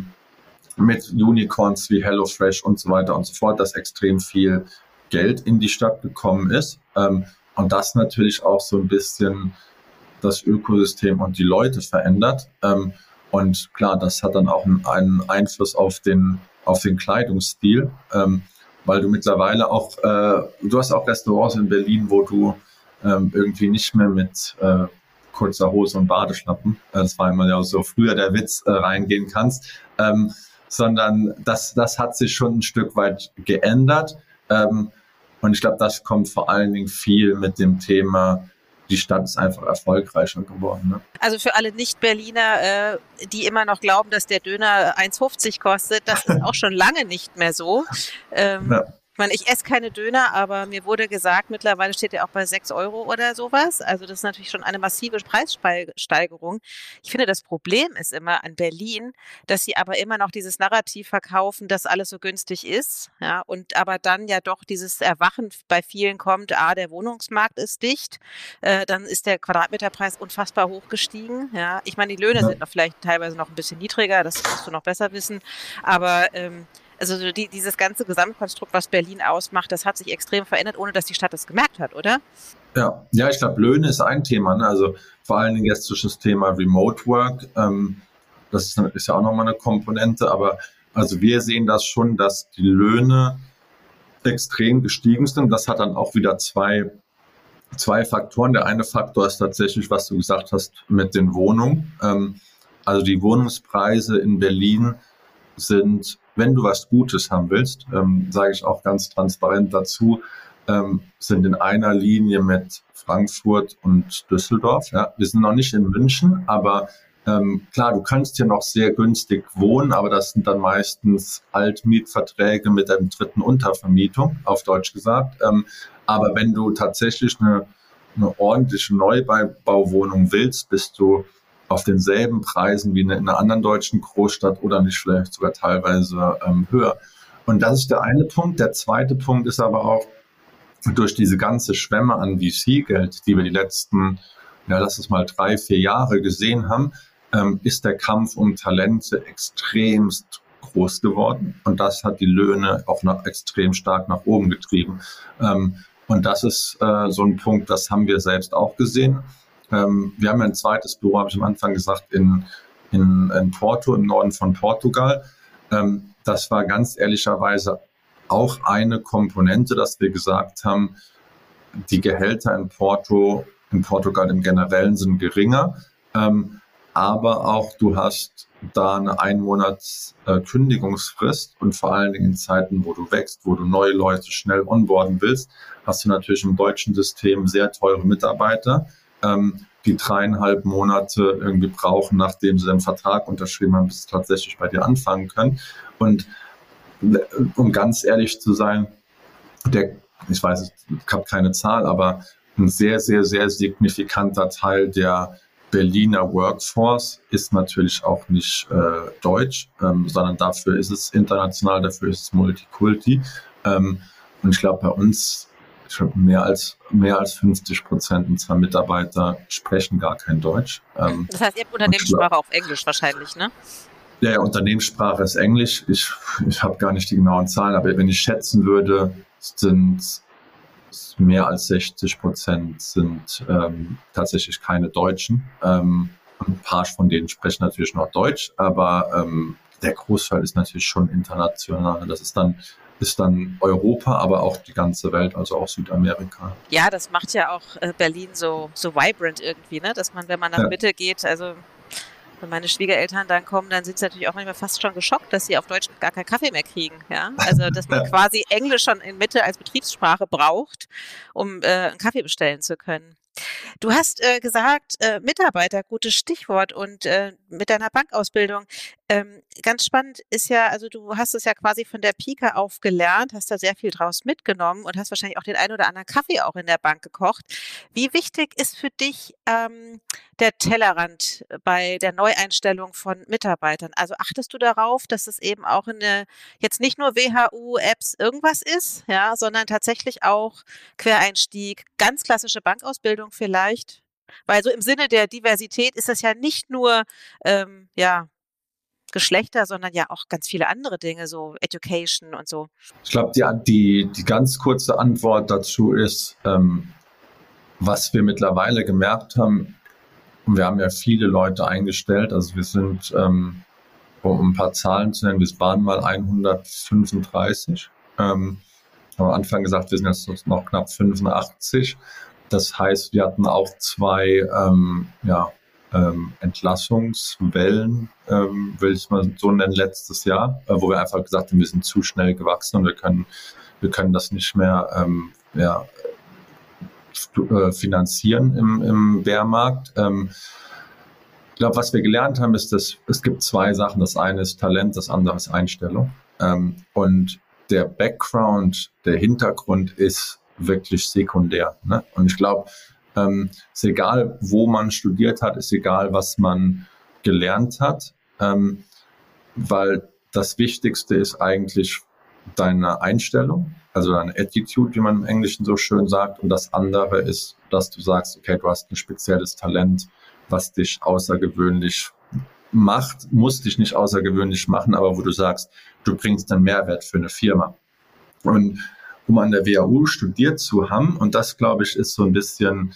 mit Unicorns wie HelloFresh und so weiter und so fort, dass extrem viel Geld in die Stadt gekommen ist. Und das natürlich auch so ein bisschen das Ökosystem und die Leute verändert. Und klar, das hat dann auch einen Einfluss auf den Kleidungsstil, weil du mittlerweile auch, du hast auch Restaurants in Berlin, wo du irgendwie nicht mehr mit kurzer Hose und Badeschlappen, das war immer ja so früher der Witz, reingehen kannst, sondern das hat sich schon ein Stück weit geändert. Und ich glaube, das kommt vor allen Dingen viel mit dem Thema, die Stadt ist einfach erfolgreicher geworden. Ne? Also für alle Nicht-Berliner, die immer noch glauben, dass der Döner 1,50 kostet, das ist auch schon lange nicht mehr so. Ja. Ich meine, ich esse keine Döner, aber mir wurde gesagt, mittlerweile steht er auch bei 6 Euro oder sowas. Also das ist natürlich schon eine massive Preissteigerung. Ich finde, das Problem ist immer an Berlin, dass sie aber immer noch dieses Narrativ verkaufen, dass alles so günstig ist. Ja, und aber dann ja doch dieses Erwachen bei vielen kommt, der Wohnungsmarkt ist dicht, dann ist der Quadratmeterpreis unfassbar hoch gestiegen. Ja, ich meine, die Löhne sind noch vielleicht teilweise noch ein bisschen niedriger, das musst du noch besser wissen. Aber also dieses ganze Gesamtkonstrukt, was Berlin ausmacht, das hat sich extrem verändert, ohne dass die Stadt das gemerkt hat, oder? Ja, ich glaube, Löhne ist ein Thema. Ne? Also vor allen Dingen jetzt durch das Thema Remote Work. Das ist ja auch nochmal eine Komponente. Aber also wir sehen das schon, dass die Löhne extrem gestiegen sind. Das hat dann auch wieder zwei Faktoren. Der eine Faktor ist tatsächlich, was du gesagt hast, mit den Wohnungen. Also die Wohnungspreise in Berlin sind, wenn du was Gutes haben willst, sage ich auch ganz transparent dazu, sind in einer Linie mit Frankfurt und Düsseldorf. Ja. Wir sind noch nicht in München, aber klar, du kannst hier noch sehr günstig wohnen, aber das sind dann meistens Altmietverträge mit einer dritten Untervermietung, auf Deutsch gesagt. Aber wenn du tatsächlich eine ordentliche Neubauwohnung willst, bist du auf denselben Preisen wie in einer anderen deutschen Großstadt oder nicht vielleicht sogar teilweise höher. Und das ist der eine Punkt. Der zweite Punkt ist aber auch, durch diese ganze Schwemme an VC-Geld, die wir die letzten, lass es mal 3-4 Jahre gesehen haben, ist der Kampf um Talente extremst groß geworden. Und das hat die Löhne auch noch extrem stark nach oben getrieben. Und das ist so ein Punkt, das haben wir selbst auch gesehen. Wir haben ein zweites Büro, habe ich am Anfang gesagt, in Porto, im Norden von Portugal. Das war ganz ehrlicherweise auch eine Komponente, dass wir gesagt haben, die Gehälter in Portugal im Generellen sind geringer, aber auch du hast da eine 1 Monats Kündigungsfrist und vor allen Dingen in Zeiten, wo du wächst, wo du neue Leute schnell onboarden willst, hast du natürlich im deutschen System sehr teure Mitarbeiter, die 3,5 Monate irgendwie brauchen, nachdem sie den Vertrag unterschrieben haben, bis sie tatsächlich bei dir anfangen können. Und um ganz ehrlich zu sein, ich weiß, ich habe keine Zahl, aber ein sehr, sehr, sehr signifikanter Teil der Berliner Workforce ist natürlich auch nicht deutsch, sondern dafür ist es international, dafür ist es Multikulti. Und ich glaube, bei uns mehr als 50% unserer Mitarbeiter sprechen gar kein Deutsch. Das heißt, ihr habt Unternehmenssprache auf Englisch wahrscheinlich, ne? Ja, Unternehmenssprache ist Englisch. Ich habe gar nicht die genauen Zahlen, aber wenn ich schätzen würde, sind mehr als 60% sind tatsächlich keine Deutschen. Und ein paar von denen sprechen natürlich noch Deutsch, aber der Großteil ist natürlich schon international. Das ist dann Europa, aber auch die ganze Welt, also auch Südamerika. Ja, das macht ja auch Berlin so vibrant irgendwie, ne? Dass man, wenn man nach Mitte geht, also wenn meine Schwiegereltern dann kommen, dann sind sie natürlich auch manchmal fast schon geschockt, dass sie auf Deutsch gar keinen Kaffee mehr kriegen. Ja? Also dass man quasi Englisch schon in Mitte als Betriebssprache braucht, um einen Kaffee bestellen zu können. Du hast gesagt, Mitarbeiter, gutes Stichwort, und mit deiner Bankausbildung. Ganz spannend ist ja, also du hast es ja quasi von der Pike auf gelernt, hast da sehr viel draus mitgenommen und hast wahrscheinlich auch den einen oder anderen Kaffee auch in der Bank gekocht. Wie wichtig ist für dich der Tellerrand bei der Neueinstellung von Mitarbeitern? Also achtest du darauf, dass es eben auch jetzt nicht nur WHU, Apps, irgendwas ist, ja, sondern tatsächlich auch Quereinstieg, ganz klassische Bankausbildung vielleicht? Weil so im Sinne der Diversität ist das ja nicht nur, Geschlechter, sondern ja auch ganz viele andere Dinge, so Education und so. Ich glaube, die ganz kurze Antwort dazu ist, was wir mittlerweile gemerkt haben, und wir haben ja viele Leute eingestellt, also wir sind, um ein paar Zahlen zu nennen, wir waren mal 135, haben am Anfang gesagt, wir sind jetzt noch knapp 85. Das heißt, wir hatten auch 2 Entlassungswellen, will ich mal so nennen, letztes Jahr, wo wir einfach gesagt haben, wir sind zu schnell gewachsen und wir können das nicht mehr finanzieren im Bärmarkt. Ich glaube, was wir gelernt haben, ist, dass es gibt 2 Sachen. Das eine ist Talent, das andere ist Einstellung. Und der Background, der Hintergrund ist wirklich sekundär. Ne? Und ich glaube, ist egal, wo man studiert hat, ist egal, was man gelernt hat, weil das Wichtigste ist eigentlich deine Einstellung, also deine Attitude, wie man im Englischen so schön sagt. Und das andere ist, dass du sagst, okay, du hast ein spezielles Talent, was dich außergewöhnlich macht, muss dich nicht außergewöhnlich machen, aber wo du sagst, du bringst einen Mehrwert für eine Firma. Und um an der WHU studiert zu haben, und das, glaube ich, ist so ein bisschen,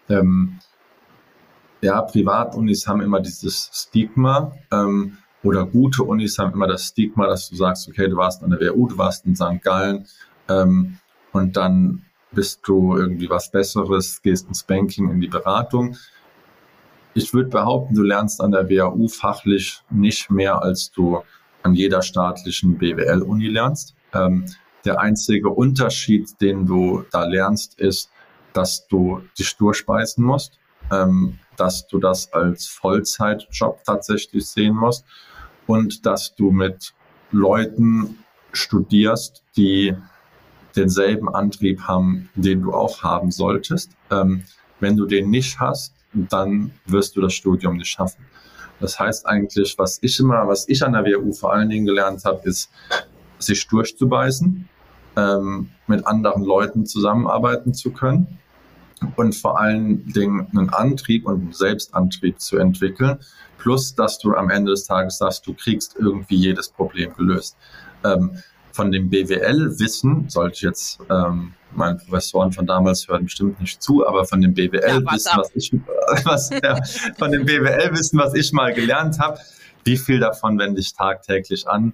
Privatunis haben immer dieses Stigma, oder gute Unis haben immer das Stigma, dass du sagst, okay, du warst an der WHU, du warst in St. Gallen, und dann bist du irgendwie was Besseres, gehst ins Banking, in die Beratung. Ich würde behaupten, du lernst an der WHU fachlich nicht mehr, als du an jeder staatlichen BWL-Uni lernst. Der einzige Unterschied, den du da lernst, ist, dass du dich durchbeißen musst, dass du das als Vollzeitjob tatsächlich sehen musst und dass du mit Leuten studierst, die denselben Antrieb haben, den du auch haben solltest. Wenn du den nicht hast, dann wirst du das Studium nicht schaffen. Das heißt eigentlich, was ich an der WHU vor allen Dingen gelernt habe, ist, sich durchzubeißen, mit anderen Leuten zusammenarbeiten zu können, und vor allen Dingen einen Antrieb und einen Selbstantrieb zu entwickeln, plus dass du am Ende des Tages sagst, du kriegst irgendwie jedes Problem gelöst. Von dem BWL-Wissen, sollte ich jetzt meine Professoren von damals hören bestimmt nicht zu, aber von dem BWL-Wissen, von dem BWL-Wissen, was ich mal gelernt habe, wie viel davon wende ich tagtäglich an?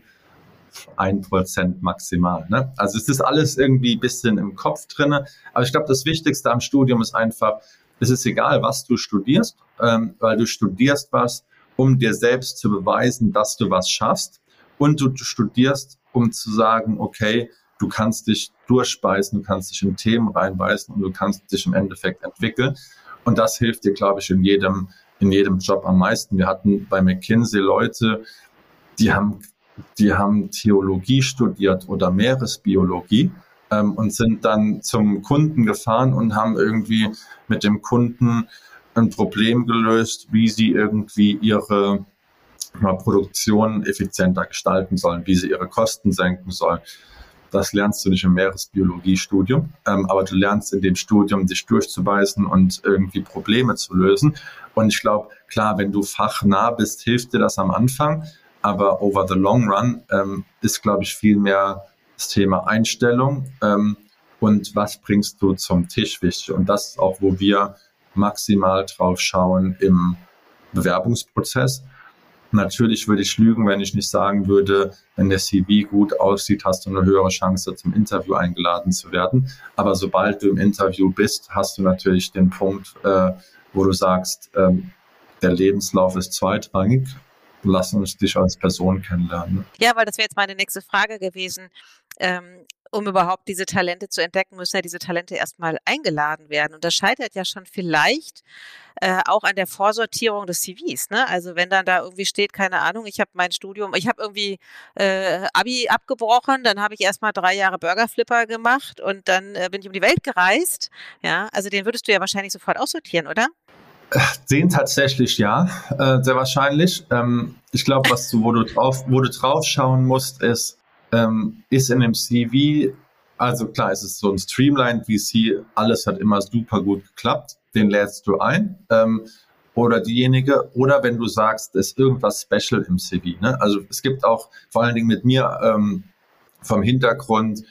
1% maximal. Ne? Also es ist alles irgendwie ein bisschen im Kopf drin. Aber ich glaube, das Wichtigste am Studium ist einfach, es ist egal, was du studierst, weil du studierst was, um dir selbst zu beweisen, dass du was schaffst. Und du studierst, um zu sagen, okay, du kannst dich durchbeißen, du kannst dich in Themen reinbeißen und du kannst dich im Endeffekt entwickeln. Und das hilft dir, glaube ich, in jedem Job am meisten. Wir hatten bei McKinsey Leute, die haben Theologie studiert oder Meeresbiologie und sind dann zum Kunden gefahren und haben irgendwie mit dem Kunden ein Problem gelöst, wie sie irgendwie ihre Produktion effizienter gestalten sollen, wie sie ihre Kosten senken sollen. Das lernst du nicht im Meeresbiologie-Studium, aber du lernst in dem Studium, dich durchzubeißen und irgendwie Probleme zu lösen. Und ich glaube, klar, wenn du fachnah bist, hilft dir das am Anfang, aber over the long run ist, glaube ich, viel mehr das Thema Einstellung und was bringst du zum Tisch wichtig. Und das ist auch, wo wir maximal drauf schauen im Bewerbungsprozess. Natürlich würde ich lügen, wenn ich nicht sagen würde, wenn der CV gut aussieht, hast du eine höhere Chance, zum Interview eingeladen zu werden. Aber sobald du im Interview bist, hast du natürlich den Punkt, wo du sagst, der Lebenslauf ist zweitrangig. Lass uns dich als Person kennenlernen. Ja, weil das wäre jetzt meine nächste Frage gewesen. Um überhaupt diese Talente zu entdecken, müssen ja diese Talente erstmal eingeladen werden. Und das scheitert ja schon vielleicht auch an der Vorsortierung des CVs. Ne? Also wenn dann da irgendwie steht, keine Ahnung, ich habe mein Studium, ich habe irgendwie Abi abgebrochen, dann habe ich erstmal 3 Jahre Burgerflipper gemacht und dann bin ich um die Welt gereist. Ja, also den würdest du ja wahrscheinlich sofort aussortieren, oder? Den tatsächlich ja, sehr wahrscheinlich. Ich glaube, wo du drauf schauen musst, ist in dem CV, also klar, es ist so ein Streamlined VC, alles hat immer super gut geklappt, den lädst du ein, oder diejenige, oder wenn du sagst, es ist irgendwas Special im CV. Ne? Also es gibt auch, vor allen Dingen mit mir, vom Hintergrund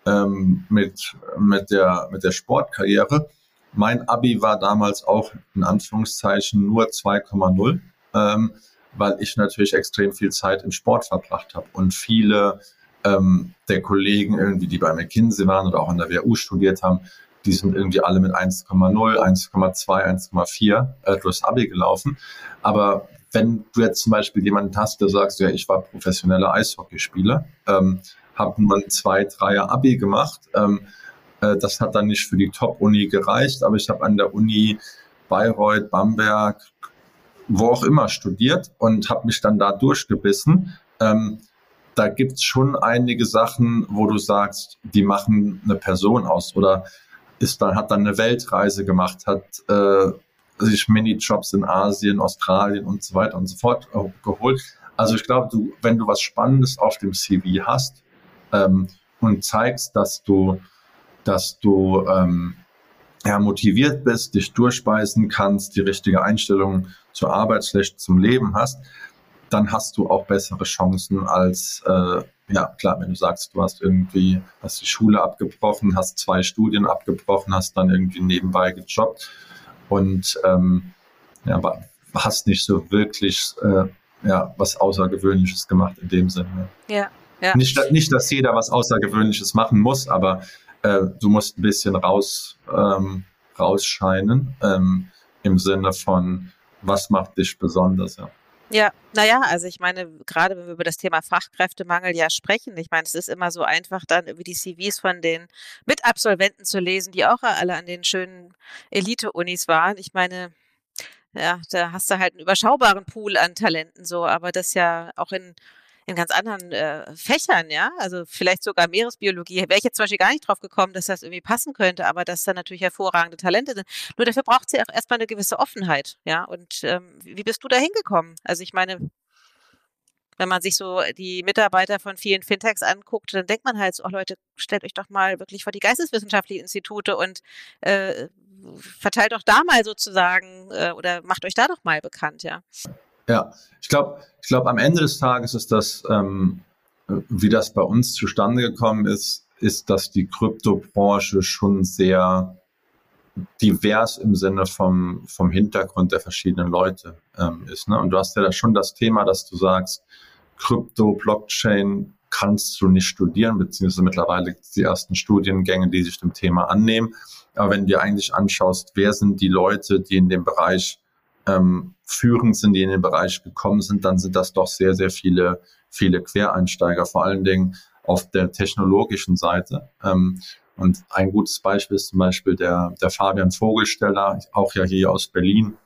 mit der Sportkarriere, mein Abi war damals auch in Anführungszeichen nur 2,0, weil ich natürlich extrem viel Zeit im Sport verbracht habe und viele der Kollegen irgendwie, die bei McKinsey waren oder auch an der WHU studiert haben, die sind irgendwie alle mit 1,0, 1,2, 1,4 durchs Abi gelaufen. Aber wenn du jetzt zum Beispiel jemanden hast, der sagt, ja, ich war professioneller Eishockeyspieler, habe nur ein 2-3er Abi gemacht, das hat dann nicht für die Top-Uni gereicht, aber ich habe an der Uni Bayreuth, Bamberg, wo auch immer studiert und habe mich dann da durchgebissen. Da gibt's schon einige Sachen, wo du sagst, die machen eine Person aus oder hat dann eine Weltreise gemacht, hat sich Minijobs in Asien, Australien und so weiter und so fort geholt. Also ich glaube, wenn du was Spannendes auf dem CV hast und zeigst, dass du motiviert bist, dich durchbeißen kannst, die richtige Einstellung zur Arbeit, schlecht zum Leben hast, dann hast du auch bessere Chancen als, klar, wenn du sagst, hast die Schule abgebrochen, hast 2 Studien abgebrochen, hast dann irgendwie nebenbei gejobbt und hast nicht so wirklich was Außergewöhnliches gemacht in dem Sinne. Ja. Ja. Nicht, dass jeder was Außergewöhnliches machen muss, aber du musst ein bisschen rausscheinen im Sinne von, was macht dich besonders, ja. Ja, naja, also ich meine, gerade wenn wir über das Thema Fachkräftemangel ja sprechen, ich meine, es ist immer so einfach, dann über die CVs von den Mitabsolventen zu lesen, die auch alle an den schönen Elite-Unis waren. Ich meine, ja, da hast du halt einen überschaubaren Pool an Talenten so, aber das ja auch in ganz anderen Fächern, ja, also vielleicht sogar Meeresbiologie, wäre ich jetzt zum Beispiel gar nicht drauf gekommen, dass das irgendwie passen könnte, aber dass da natürlich hervorragende Talente sind. Nur dafür braucht es ja auch erstmal eine gewisse Offenheit, ja, und wie bist du da hingekommen? Also ich meine, wenn man sich so die Mitarbeiter von vielen Fintechs anguckt, dann denkt man halt so, Leute, stellt euch doch mal wirklich vor die geisteswissenschaftlichen Institute und verteilt doch da mal sozusagen oder macht euch da doch mal bekannt, ja. Ja, ich glaube, am Ende des Tages ist das, wie das bei uns zustande gekommen ist, dass die Kryptobranche schon sehr divers im Sinne vom Hintergrund der verschiedenen Leute ist. Ne? Und du hast ja da schon das Thema, dass du sagst, Krypto, Blockchain kannst du nicht studieren, beziehungsweise mittlerweile gibt es die ersten Studiengänge, die sich dem Thema annehmen. Aber wenn du dir eigentlich anschaust, wer sind die Leute, die in dem Bereich führend sind, die in den Bereich gekommen sind, dann sind das doch sehr, sehr viele Quereinsteiger, vor allen Dingen auf der technologischen Seite. Und ein gutes Beispiel ist zum Beispiel der Fabian Vogelsteller, auch ja hier aus Berlin,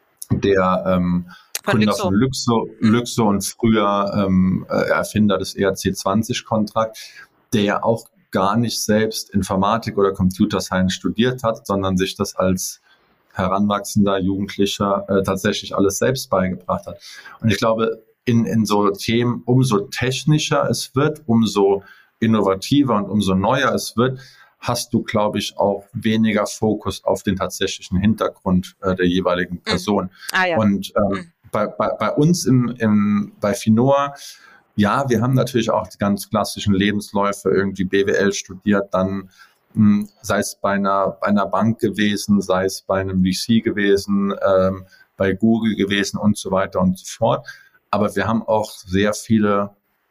der Gründer von Luxo und früher Erfinder des ERC20-Kontrakt, der ja auch gar nicht selbst Informatik oder Computer Science studiert hat, sondern sich das als heranwachsender Jugendlicher tatsächlich alles selbst beigebracht hat. Und ich glaube, in so Themen, umso technischer es wird, umso innovativer und umso neuer es wird, hast du, glaube ich, auch weniger Fokus auf den tatsächlichen Hintergrund der jeweiligen Person. Ja. Und bei uns bei Finor, ja, wir haben natürlich auch die ganz klassischen Lebensläufe, irgendwie BWL studiert, dann sei es bei einer Bank gewesen, sei es bei einem VC gewesen, bei Google gewesen und so weiter und so fort. Aber wir haben auch sehr viele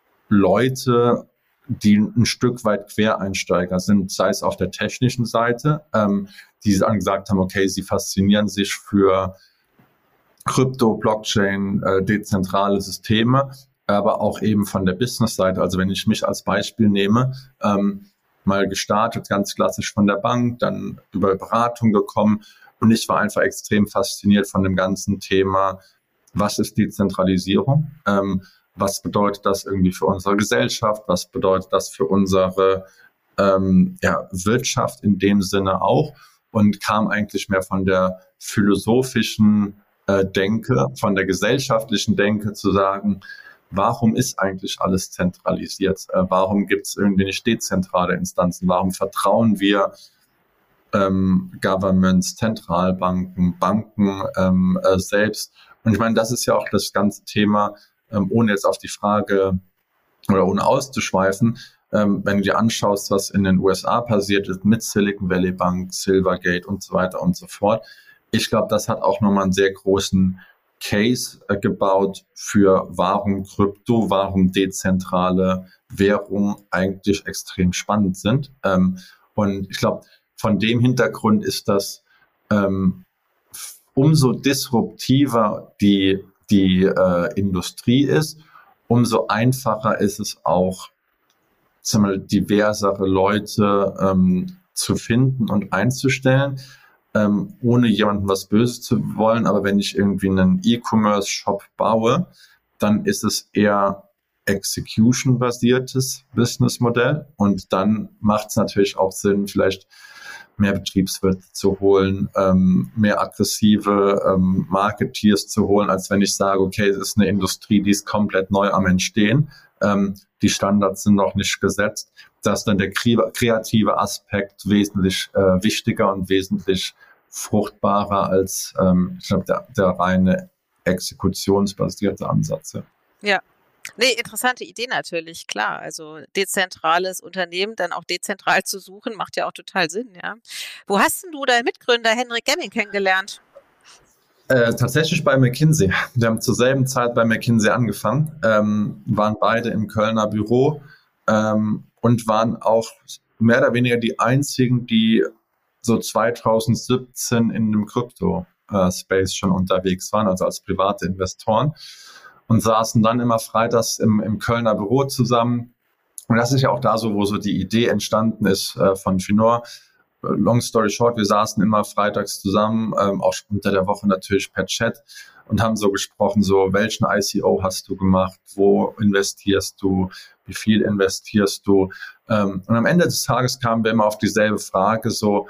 Leute, die ein Stück weit Quereinsteiger sind, sei es auf der technischen Seite, die dann gesagt haben, okay, sie faszinieren sich für Krypto, Blockchain, dezentrale Systeme, aber auch eben von der Business-Seite. Also wenn ich mich als Beispiel nehme, mal gestartet, ganz klassisch von der Bank, dann über Beratung gekommen und ich war einfach extrem fasziniert von dem ganzen Thema, was ist Dezentralisierung, was bedeutet das irgendwie für unsere Gesellschaft, was bedeutet das für unsere Wirtschaft in dem Sinne auch und kam eigentlich mehr von der philosophischen Denke, von der gesellschaftlichen Denke zu sagen, warum ist eigentlich alles zentralisiert? Warum gibt es irgendwie nicht dezentrale Instanzen? Warum vertrauen wir Governments, Zentralbanken, Banken selbst? Und ich meine, das ist ja auch das ganze Thema, ohne jetzt auf die Frage oder ohne auszuschweifen, wenn du dir anschaust, was in den USA passiert ist mit Silicon Valley Bank, Silvergate und so weiter und so fort. Ich glaube, das hat auch nochmal einen sehr großen Case gebaut für warum Krypto, warum dezentrale Währungen eigentlich extrem spannend sind. Und ich glaube, von dem Hintergrund ist das umso disruptiver die Industrie ist, umso einfacher ist es auch, diversere Leute zu finden und einzustellen, ohne jemandem was Böses zu wollen. Aber wenn ich irgendwie einen E-Commerce-Shop baue, dann ist es eher Execution-basiertes Businessmodell. Und dann macht es natürlich auch Sinn, vielleicht mehr Betriebswirte zu holen, mehr aggressive Marketeers zu holen, als wenn ich sage, okay, es ist eine Industrie, die ist komplett neu am Entstehen. Die Standards sind noch nicht gesetzt. Da ist dann der kreative Aspekt wesentlich wichtiger und wesentlich fruchtbarer als ich glaube, der reine exekutionsbasierte Ansatz. Ja. Nee, interessante Idee natürlich, klar. Also dezentrales Unternehmen dann auch dezentral zu suchen, macht ja auch total Sinn, ja. Wo hast denn du deinen Mitgründer Henrik Gemming kennengelernt? Tatsächlich bei McKinsey. Wir haben zur selben Zeit bei McKinsey angefangen, waren beide im Kölner Büro und waren auch mehr oder weniger die einzigen, die so 2017 in dem Krypto-Space schon unterwegs waren, also als private Investoren. Und saßen dann immer freitags im Kölner Büro zusammen. Und das ist ja auch da so, wo so die Idee entstanden ist von Finor. Long story short, wir saßen immer freitags zusammen, auch unter der Woche natürlich per Chat und haben so gesprochen, so welchen ICO hast du gemacht, wo investierst du, wie viel investierst du? Und am Ende des Tages kamen wir immer auf dieselbe Frage, so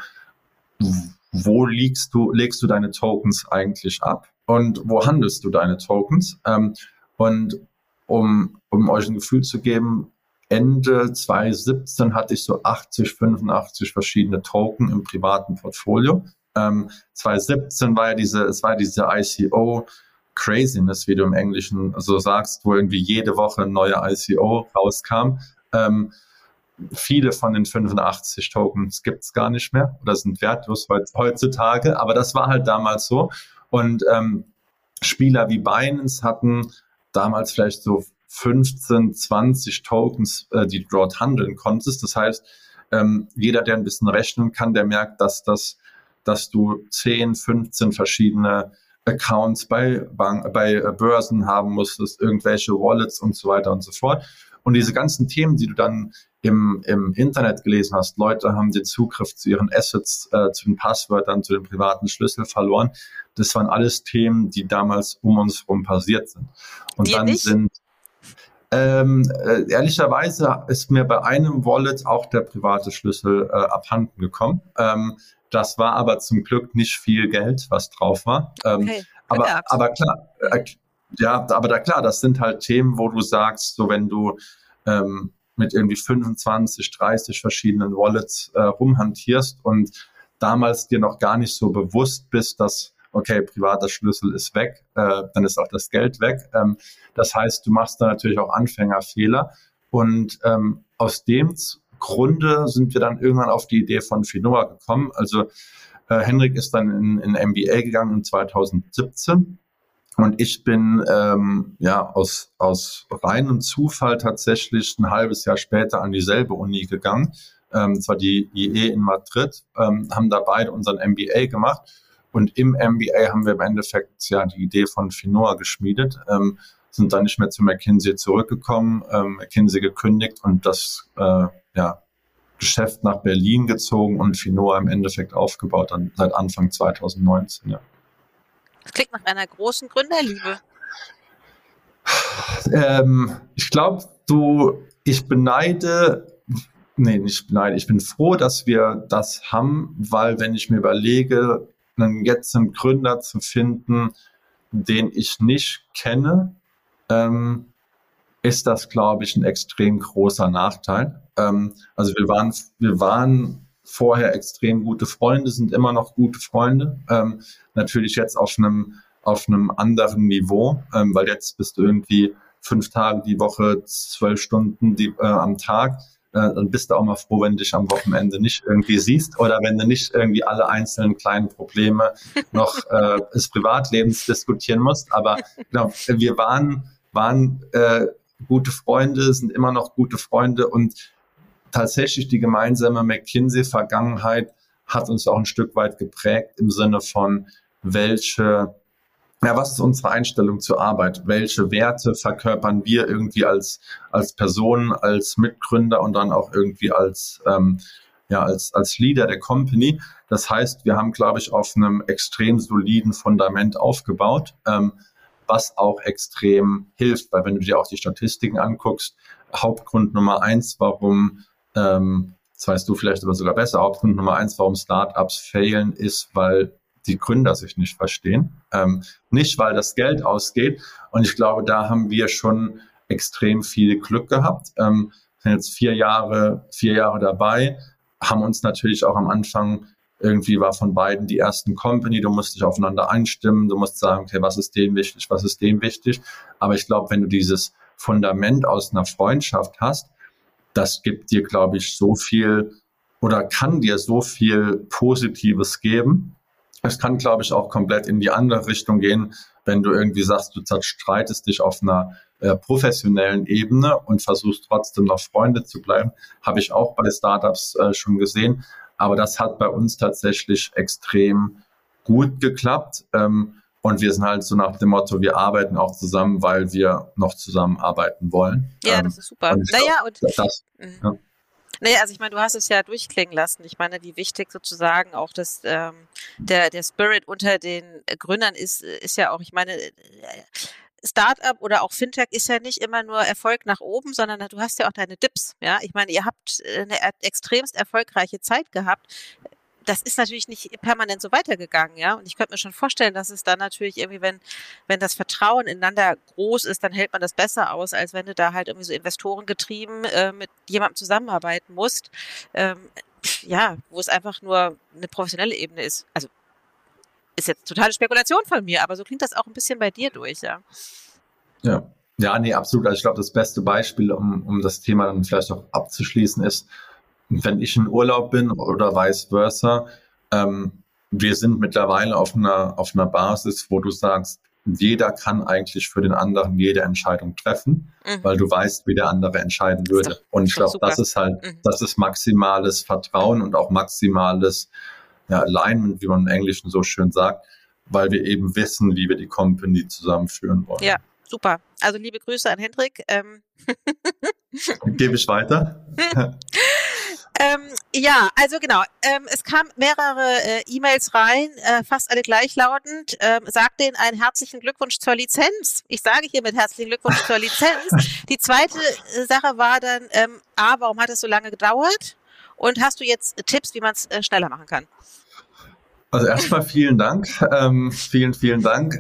wo legst du deine Tokens eigentlich ab? Und wo handelst du deine Tokens? Und um euch ein Gefühl zu geben, Ende 2017 hatte ich so 85 verschiedene Token im privaten Portfolio. 2017 war ja diese ICO Craziness, wie du im Englischen so sagst, wo irgendwie jede Woche ein neuer ICO rauskam. Viele von den 85 Tokens gibt es gar nicht mehr oder sind wertlos heutzutage, aber das war halt damals so. Und Spieler wie Binance hatten damals vielleicht so 15, 20 Tokens, die du dort handeln konntest. Das heißt, jeder, der ein bisschen rechnen kann, der merkt, dass du 10, 15 verschiedene Accounts bei Börsen haben musstest, irgendwelche Wallets und so weiter und so fort. Und diese ganzen Themen, die du dann im Internet gelesen hast, Leute haben den Zugriff zu ihren Assets, zu den Passwörtern, zu den privaten Schlüssel verloren. Das waren alles Themen, die damals um uns herum passiert sind. Und dann sind ehrlicherweise ist mir bei einem Wallet auch der private Schlüssel abhanden gekommen. Das war aber zum Glück nicht viel Geld, was drauf war. Okay. Aber klar, das sind halt Themen, wo du sagst, so wenn du mit irgendwie 25, 30 verschiedenen Wallets rumhantierst und damals dir noch gar nicht so bewusst bist, dass, okay, privater Schlüssel ist weg, dann ist auch das Geld weg. Das heißt, du machst da natürlich auch Anfängerfehler. Und aus dem Grunde sind wir dann irgendwann auf die Idee von Finoa gekommen. Also Henrik ist dann in MBA gegangen in 2017 und ich bin aus reinem Zufall tatsächlich ein halbes Jahr später an dieselbe Uni gegangen, zwar die IE in Madrid, haben da beide unseren MBA gemacht und im MBA haben wir im Endeffekt die Idee von Finoa geschmiedet, sind dann nicht mehr zu McKinsey zurückgekommen, McKinsey gekündigt und das Geschäft nach Berlin gezogen und Finoa im Endeffekt aufgebaut, dann seit Anfang 2019. Ja. Das klingt nach einer großen Gründerliebe. Ich glaube, ich bin froh, dass wir das haben, weil wenn ich mir überlege, jetzt einen Gründer zu finden, den ich nicht kenne, ist das, glaube ich, ein extrem großer Nachteil. Also wir waren vorher extrem gute Freunde, sind immer noch gute Freunde. Natürlich jetzt auf einem anderen Niveau, weil jetzt bist du irgendwie 5 Tage die Woche, 12 Stunden am Tag. Dann bist du auch mal froh, wenn du dich am Wochenende nicht irgendwie siehst oder wenn du nicht irgendwie alle einzelnen kleinen Probleme noch des Privatlebens diskutieren musst. Aber genau, wir waren gute Freunde, sind immer noch gute Freunde und tatsächlich die gemeinsame McKinsey-Vergangenheit hat uns auch ein Stück weit geprägt im Sinne von was ist unsere Einstellung zur Arbeit? Welche Werte verkörpern wir irgendwie als Personen, als Mitgründer und dann auch irgendwie als Leader der Company? Das heißt, wir haben, glaube ich, auf einem extrem soliden Fundament aufgebaut, was auch extrem hilft, weil wenn du dir auch die Statistiken anguckst, Hauptgrund Nummer 1, warum, das weißt du vielleicht aber sogar besser, Hauptgrund Nummer 1, warum Startups failen, ist, weil die Gründer sich nicht verstehen, nicht weil das Geld ausgeht. Und ich glaube, da haben wir schon extrem viel Glück gehabt. Sind jetzt 4 Jahre dabei, haben uns natürlich auch am Anfang irgendwie war von beiden die ersten Company, du musst dich aufeinander einstimmen, du musst sagen, okay, was ist dem wichtig, was ist dem wichtig. Aber ich glaube, wenn du dieses Fundament aus einer Freundschaft hast, das gibt dir, glaube ich, so viel oder kann dir so viel Positives geben. Es kann, glaube ich, auch komplett in die andere Richtung gehen, wenn du irgendwie sagst, du zerstreitest dich auf einer professionellen Ebene und versuchst trotzdem noch Freunde zu bleiben. Habe ich auch bei Startups schon gesehen. Aber das hat bei uns tatsächlich extrem gut geklappt. Und wir sind halt so nach dem Motto, wir arbeiten auch zusammen, weil wir noch zusammenarbeiten wollen. Ja, das ist super. Also ich meine, du hast es ja durchklingen lassen. Ich meine, wie wichtig sozusagen auch das, der Spirit unter den Gründern ist ja auch, ich meine, Startup oder auch Fintech ist ja nicht immer nur Erfolg nach oben, sondern du hast ja auch deine Dips. Ja, ich meine, ihr habt eine extremst erfolgreiche Zeit gehabt. Das ist natürlich nicht permanent so weitergegangen, ja. Und ich könnte mir schon vorstellen, dass es dann natürlich irgendwie, wenn das Vertrauen ineinander groß ist, dann hält man das besser aus, als wenn du da halt irgendwie so investorengetrieben mit jemandem zusammenarbeiten musst, wo es einfach nur eine professionelle Ebene ist. Also Ist jetzt totale Spekulation von mir, aber so klingt das auch ein bisschen bei dir durch, ja. Ja, nee, absolut. Also ich glaube, das beste Beispiel, um das Thema dann vielleicht auch abzuschließen, ist, wenn ich in Urlaub bin oder vice versa, wir sind mittlerweile auf einer Basis, wo du sagst, jeder kann eigentlich für den anderen jede Entscheidung treffen, weil du weißt, wie der andere entscheiden würde. Und ich glaube, das ist halt, das ist maximales Vertrauen und auch maximales Alignment, wie man im Englischen so schön sagt, weil wir eben wissen, wie wir die Company zusammenführen wollen. Ja, super. Also liebe Grüße an Hendrik. Gebe ich weiter? Ja, also genau. Es kamen mehrere E-Mails rein, fast alle gleichlautend. Sagt denen einen herzlichen Glückwunsch zur Lizenz. Ich sage hiermit herzlichen Glückwunsch zur Lizenz. Die zweite Sache war dann, warum hat es so lange gedauert? Und hast du jetzt Tipps, wie man es schneller machen kann? Also erstmal vielen Dank. Vielen Dank.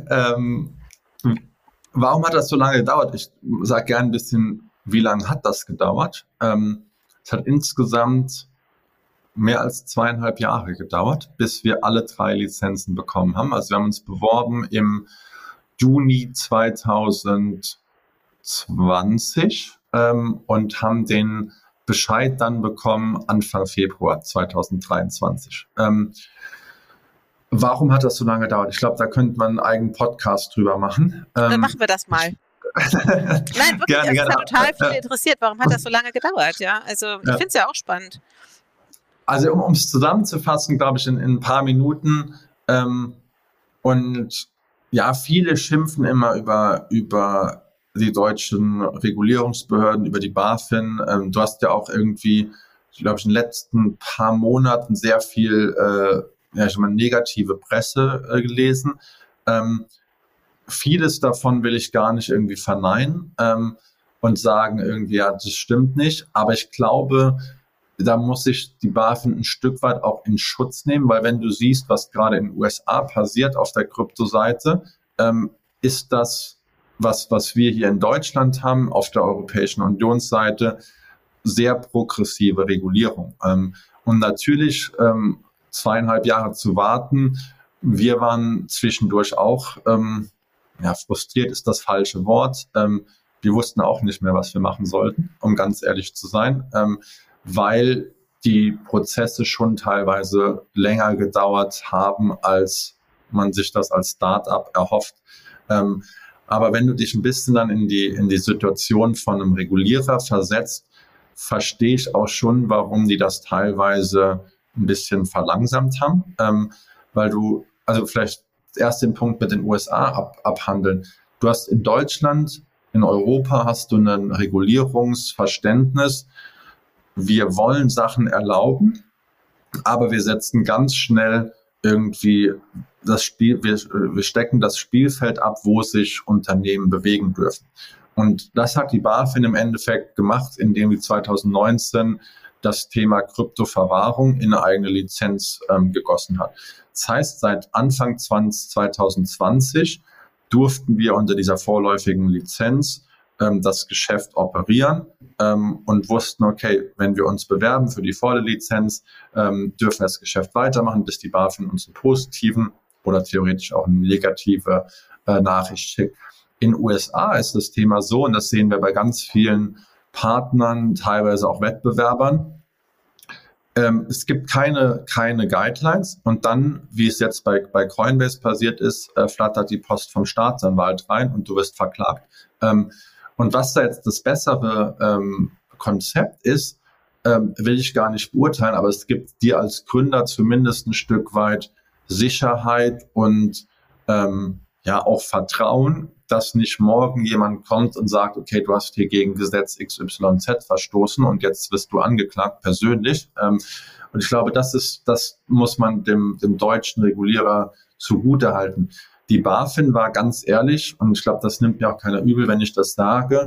Warum hat das so lange gedauert? Ich sage gerne ein bisschen, wie lange hat das gedauert? Es hat insgesamt mehr als 2,5 Jahre gedauert, bis wir alle 3 Lizenzen bekommen haben. Also wir haben uns beworben im Juni 2020 und haben den Bescheid dann bekommen Anfang Februar 2023. Warum hat das so lange gedauert? Ich glaube, da könnte man einen eigenen Podcast drüber machen. Dann machen wir das mal. Nein, wirklich, gerne. Es hat total viele interessiert. Warum hat das so lange gedauert? Ja, also ich finde es ja auch spannend. Also um es zusammenzufassen, glaube ich, in ein paar Minuten. Und ja, viele schimpfen immer über die deutschen Regulierungsbehörden, über die BaFin. Du hast ja auch irgendwie, glaube ich, in den letzten paar Monaten sehr viel negative Presse gelesen. Vieles davon will ich gar nicht irgendwie verneinen und sagen irgendwie, ja, das stimmt nicht. Aber ich glaube, da muss sich die BaFin ein Stück weit auch in Schutz nehmen, weil wenn du siehst, was gerade in den USA passiert auf der Kryptoseite, ist das, was wir hier in Deutschland haben, auf der Europäischen Unionsseite, sehr progressive Regulierung. Und natürlich 2,5 Jahre zu warten. Wir waren zwischendurch auch frustriert ist das falsche Wort. Wir wussten auch nicht mehr, was wir machen sollten, um ganz ehrlich zu sein, weil die Prozesse schon teilweise länger gedauert haben, als man sich das als Start-up erhofft. Aber wenn du dich ein bisschen dann in die Situation von einem Regulierer versetzt, verstehe ich auch schon, warum die das teilweise ein bisschen verlangsamt haben, weil du, also vielleicht erst den Punkt mit den USA abhandeln. Du hast in Deutschland, in Europa hast du ein Regulierungsverständnis. Wir wollen Sachen erlauben, aber wir setzen ganz schnell irgendwie das Spiel, wir stecken das Spielfeld ab, wo sich Unternehmen bewegen dürfen. Und das hat die BaFin im Endeffekt gemacht, indem sie 2019 das Thema Kryptoverwahrung in eine eigene Lizenz gegossen hat. Das heißt, seit Anfang 2020 durften wir unter dieser vorläufigen Lizenz das Geschäft operieren und wussten, okay, wenn wir uns bewerben für die volle Lizenz, dürfen wir das Geschäft weitermachen, bis die BaFin uns einen positiven oder theoretisch auch eine negative Nachricht schickt. In den USA ist das Thema so, und das sehen wir bei ganz vielen Partnern, teilweise auch Wettbewerbern. Es gibt keine Guidelines und dann, wie es jetzt bei Coinbase passiert ist, flattert die Post vom Staatsanwalt rein und du wirst verklagt. Und was da jetzt das bessere Konzept ist, will ich gar nicht beurteilen, aber es gibt dir als Gründer zumindest ein Stück weit Sicherheit und auch Vertrauen, dass nicht morgen jemand kommt und sagt, okay, du hast hier gegen Gesetz XYZ verstoßen und jetzt wirst du angeklagt persönlich. Und ich glaube, das muss man dem deutschen Regulierer zugutehalten. Die BaFin war ganz ehrlich, und ich glaube, das nimmt mir auch keiner übel, wenn ich das sage,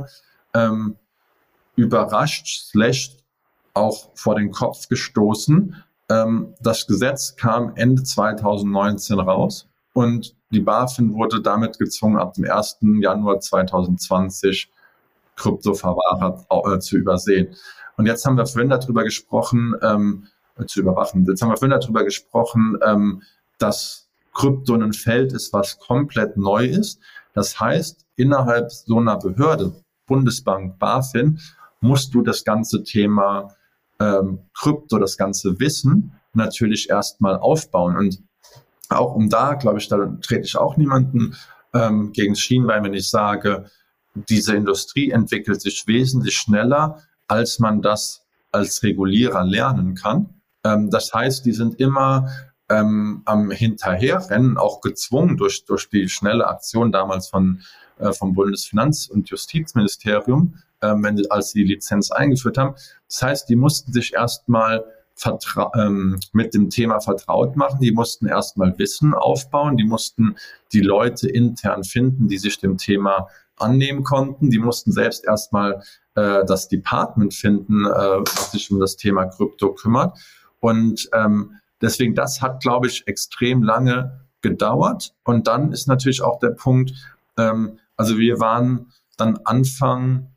überrascht, auch vor den Kopf gestoßen. Das Gesetz kam Ende 2019 raus und die BaFin wurde damit gezwungen, ab dem 1. Januar 2020 Kryptoverwahrer zu übersehen. Und jetzt haben wir vorhin darüber gesprochen, zu überwachen. Jetzt haben wir vorhin darüber gesprochen, dass Krypto ein Feld ist, was komplett neu ist. Das heißt, innerhalb so einer Behörde, Bundesbank, BaFin, musst du das ganze Thema Krypto, das ganze Wissen natürlich erstmal aufbauen. Und auch da, glaube ich, da trete ich auch niemanden gegen das Schienbein, wenn ich sage, diese Industrie entwickelt sich wesentlich schneller, als man das als Regulierer lernen kann. Das heißt, die sind immer am Hinterherrennen, auch gezwungen durch die schnelle Aktion damals vom Bundesfinanz- und Justizministerium, als sie die Lizenz eingeführt haben. Das heißt, die mussten sich erstmal mit dem Thema vertraut machen, die mussten erstmal Wissen aufbauen, die mussten die Leute intern finden, die sich dem Thema annehmen konnten, die mussten selbst erstmal das Department finden, was sich um das Thema Krypto kümmert. Und deswegen, das hat, glaube ich, extrem lange gedauert. Und dann ist natürlich auch der Punkt, also wir waren dann Anfang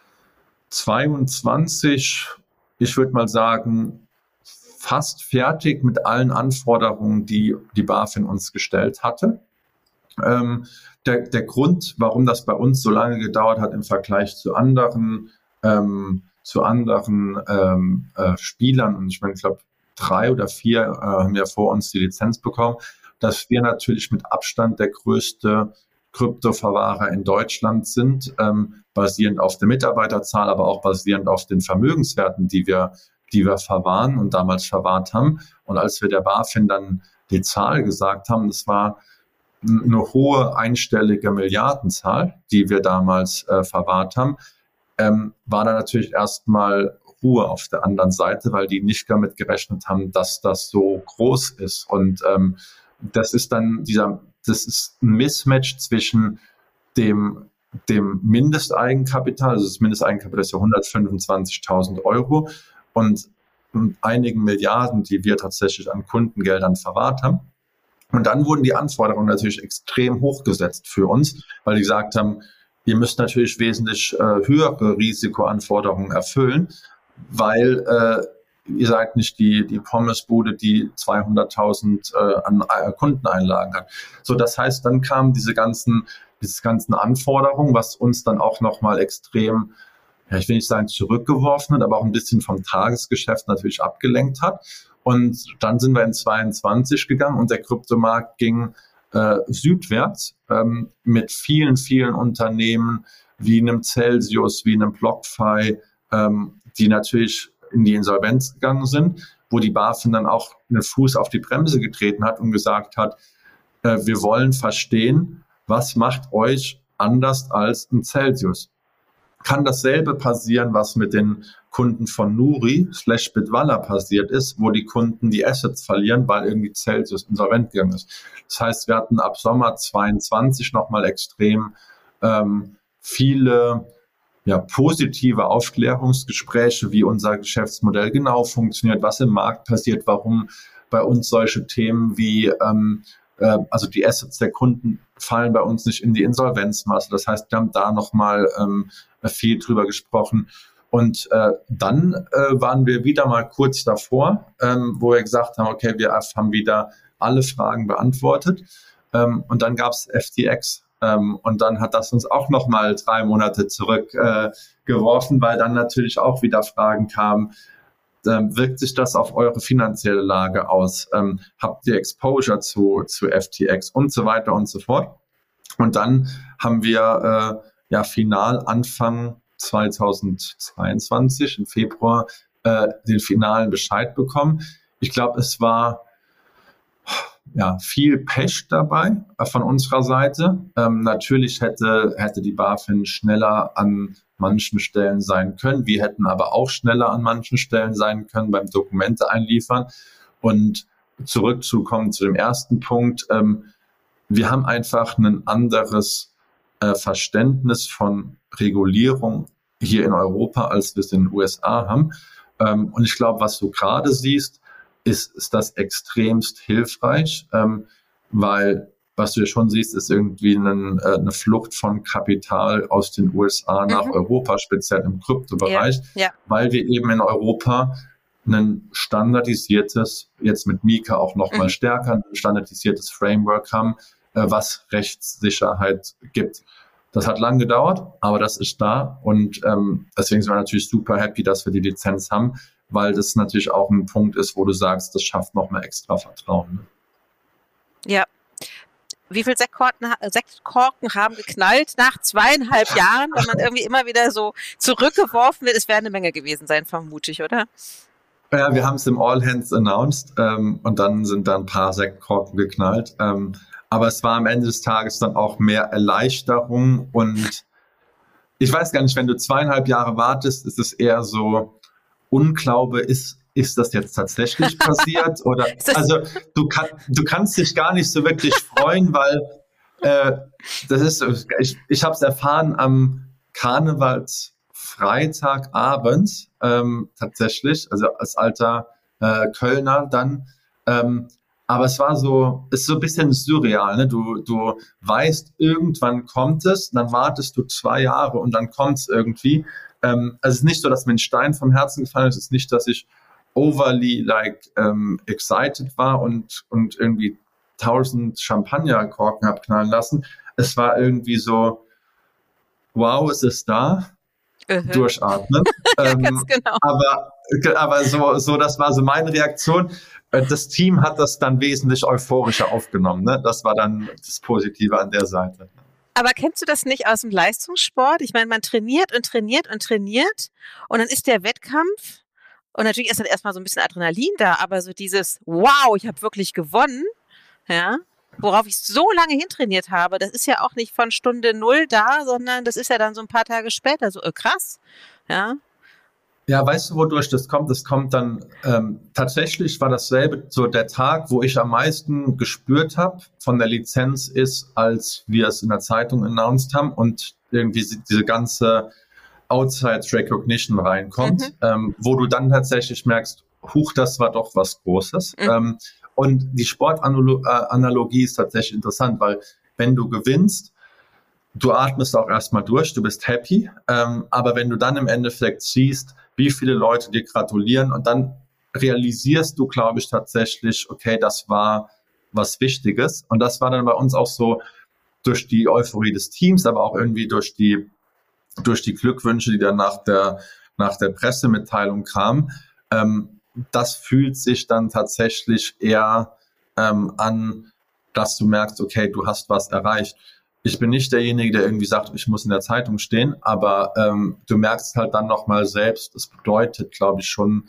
22, ich würde mal sagen, fast fertig mit allen Anforderungen, die die BaFin uns gestellt hatte. Der Grund, warum das bei uns so lange gedauert hat im Vergleich zu anderen Spielern, und ich meine, ich glaube, 3 oder 4 haben ja vor uns die Lizenz bekommen, dass wir natürlich mit Abstand der größte Kryptoverwahrer in Deutschland sind, basierend auf der Mitarbeiterzahl, aber auch basierend auf den Vermögenswerten, die wir verwahren und damals verwahrt haben. Und als wir der BaFin dann die Zahl gesagt haben, das war eine hohe einstellige Milliardenzahl, die wir damals verwahrt haben, war da natürlich erstmal Ruhe auf der anderen Seite, weil die nicht damit gerechnet haben, dass das so groß ist. Und das ist dann das ist ein Mismatch zwischen dem Mindesteigenkapital, also das Mindesteigenkapital ist ja 125.000 Euro und einigen Milliarden, die wir tatsächlich an Kundengeldern verwahrt haben. Und dann wurden die Anforderungen natürlich extrem hochgesetzt für uns, weil die gesagt haben, ihr müsst natürlich wesentlich höhere Risikoanforderungen erfüllen, weil ihr seid nicht die Pommesbude, die 200.000 an Kundeneinlagen hat. So, das heißt, dann kamen diese ganzen Anforderungen, was uns dann auch nochmal extrem, ja, ich will nicht sagen zurückgeworfen hat, aber auch ein bisschen vom Tagesgeschäft natürlich abgelenkt hat. Und dann sind wir in 22 gegangen und der Kryptomarkt ging südwärts mit vielen, vielen Unternehmen wie einem Celsius, wie einem BlockFi, die natürlich in die Insolvenz gegangen sind, wo die BaFin dann auch einen Fuß auf die Bremse getreten hat und gesagt hat, wir wollen verstehen, was macht euch anders als ein Celsius. Kann dasselbe passieren, was mit den Kunden von Nuri/Bitwala passiert ist, wo die Kunden die Assets verlieren, weil irgendwie Celsius insolvent gegangen ist. Das heißt, wir hatten ab Sommer 22 nochmal extrem viele positive Aufklärungsgespräche, wie unser Geschäftsmodell genau funktioniert, was im Markt passiert, warum bei uns solche Themen wie also die Assets der Kunden fallen bei uns nicht in die Insolvenzmasse. Das heißt, wir haben da nochmal viel drüber gesprochen. Und dann waren wir wieder mal kurz davor, wo wir gesagt haben, okay, wir haben wieder alle Fragen beantwortet. Und dann gab es FTX. Und dann hat das uns auch nochmal 3 Monate zurückgeworfen, weil dann natürlich auch wieder Fragen kamen, wirkt sich das auf eure finanzielle Lage aus? Habt ihr Exposure zu FTX und so weiter und so fort? Und dann haben wir final Anfang 2022 im Februar den finalen Bescheid bekommen. Ich glaube, es war viel Pech dabei von unserer Seite. Natürlich hätte die BaFin schneller an manchen Stellen sein können. Wir hätten aber auch schneller an manchen Stellen sein können beim Dokumente einliefern. Und zurückzukommen zu dem ersten Punkt. Wir haben einfach ein anderes Verständnis von Regulierung hier in Europa, als wir es in den USA haben. Und ich glaube, was du gerade siehst, ist das extremst hilfreich, weil was du ja schon siehst, ist irgendwie eine Flucht von Kapital aus den USA nach Europa, speziell im Kryptobereich, weil wir eben in Europa ein standardisiertes, jetzt mit Mika auch nochmal stärker, ein standardisiertes Framework haben, was Rechtssicherheit gibt. Das hat lang gedauert, aber das ist da und deswegen sind wir natürlich super happy, dass wir die Lizenz haben, weil das natürlich auch ein Punkt ist, wo du sagst, das schafft nochmal extra Vertrauen. Ne? Ja. Wie viele Sektkorken haben geknallt nach 2,5 Jahren, wenn man irgendwie immer wieder so zurückgeworfen wird? Es wäre eine Menge gewesen sein, vermute ich, oder? Ja, wir haben es im All Hands announced und dann sind da ein paar Sektkorken geknallt. Aber es war am Ende des Tages dann auch mehr Erleichterung und ich weiß gar nicht, wenn du 2,5 Jahre wartest, ist es eher so Unglaube, ist das jetzt tatsächlich passiert? Oder also du kannst dich gar nicht so wirklich freuen, weil das ist, ich habe es erfahren am Karnevalsfreitagabend tatsächlich, also als alter Kölner dann. Aber es ist so ein bisschen surreal. Ne? Du weißt, irgendwann kommt es, dann wartest du 2 Jahre und dann kommt es irgendwie. Also es ist nicht so, dass mir ein Stein vom Herzen gefallen ist. Es ist nicht, dass ich overly excited war und irgendwie 1000 Champagnerkorken habe knallen lassen. Es war irgendwie so, wow, es ist da. Durchatmen. Ja, ganz genau. Aber so, das war so meine Reaktion. Das Team hat das dann wesentlich euphorischer aufgenommen. Ne? Das war dann das Positive an der Seite. Aber kennst du das nicht aus dem Leistungssport? Ich meine, man trainiert und trainiert und trainiert und dann ist der Wettkampf und natürlich ist dann erstmal so ein bisschen Adrenalin da, aber so dieses, wow, ich habe wirklich gewonnen, ja, worauf ich so lange hintrainiert habe, das ist ja auch nicht von Stunde 0 da, sondern das ist ja dann so ein paar Tage später so krass, ja. Ja, weißt du, wodurch das kommt? Das kommt dann, tatsächlich war dasselbe, so der Tag, wo ich am meisten gespürt habe von der Lizenz ist, als wir es in der Zeitung announced haben und irgendwie diese ganze Outside Recognition reinkommt, wo du dann tatsächlich merkst, huch, das war doch was Großes. Und die Sportanalogie ist tatsächlich interessant, weil wenn du gewinnst, du atmest auch erstmal durch, du bist happy, aber wenn du dann im Endeffekt siehst, wie viele Leute dir gratulieren und dann realisierst du, glaube ich, tatsächlich, okay, das war was Wichtiges und das war dann bei uns auch so durch die Euphorie des Teams, aber auch irgendwie durch die Glückwünsche, die dann nach der Pressemitteilung kamen. Das fühlt sich dann tatsächlich eher an, dass du merkst, okay, du hast was erreicht. Ich bin nicht derjenige, der irgendwie sagt, ich muss in der Zeitung stehen, aber du merkst halt dann nochmal selbst, es bedeutet, glaube ich, schon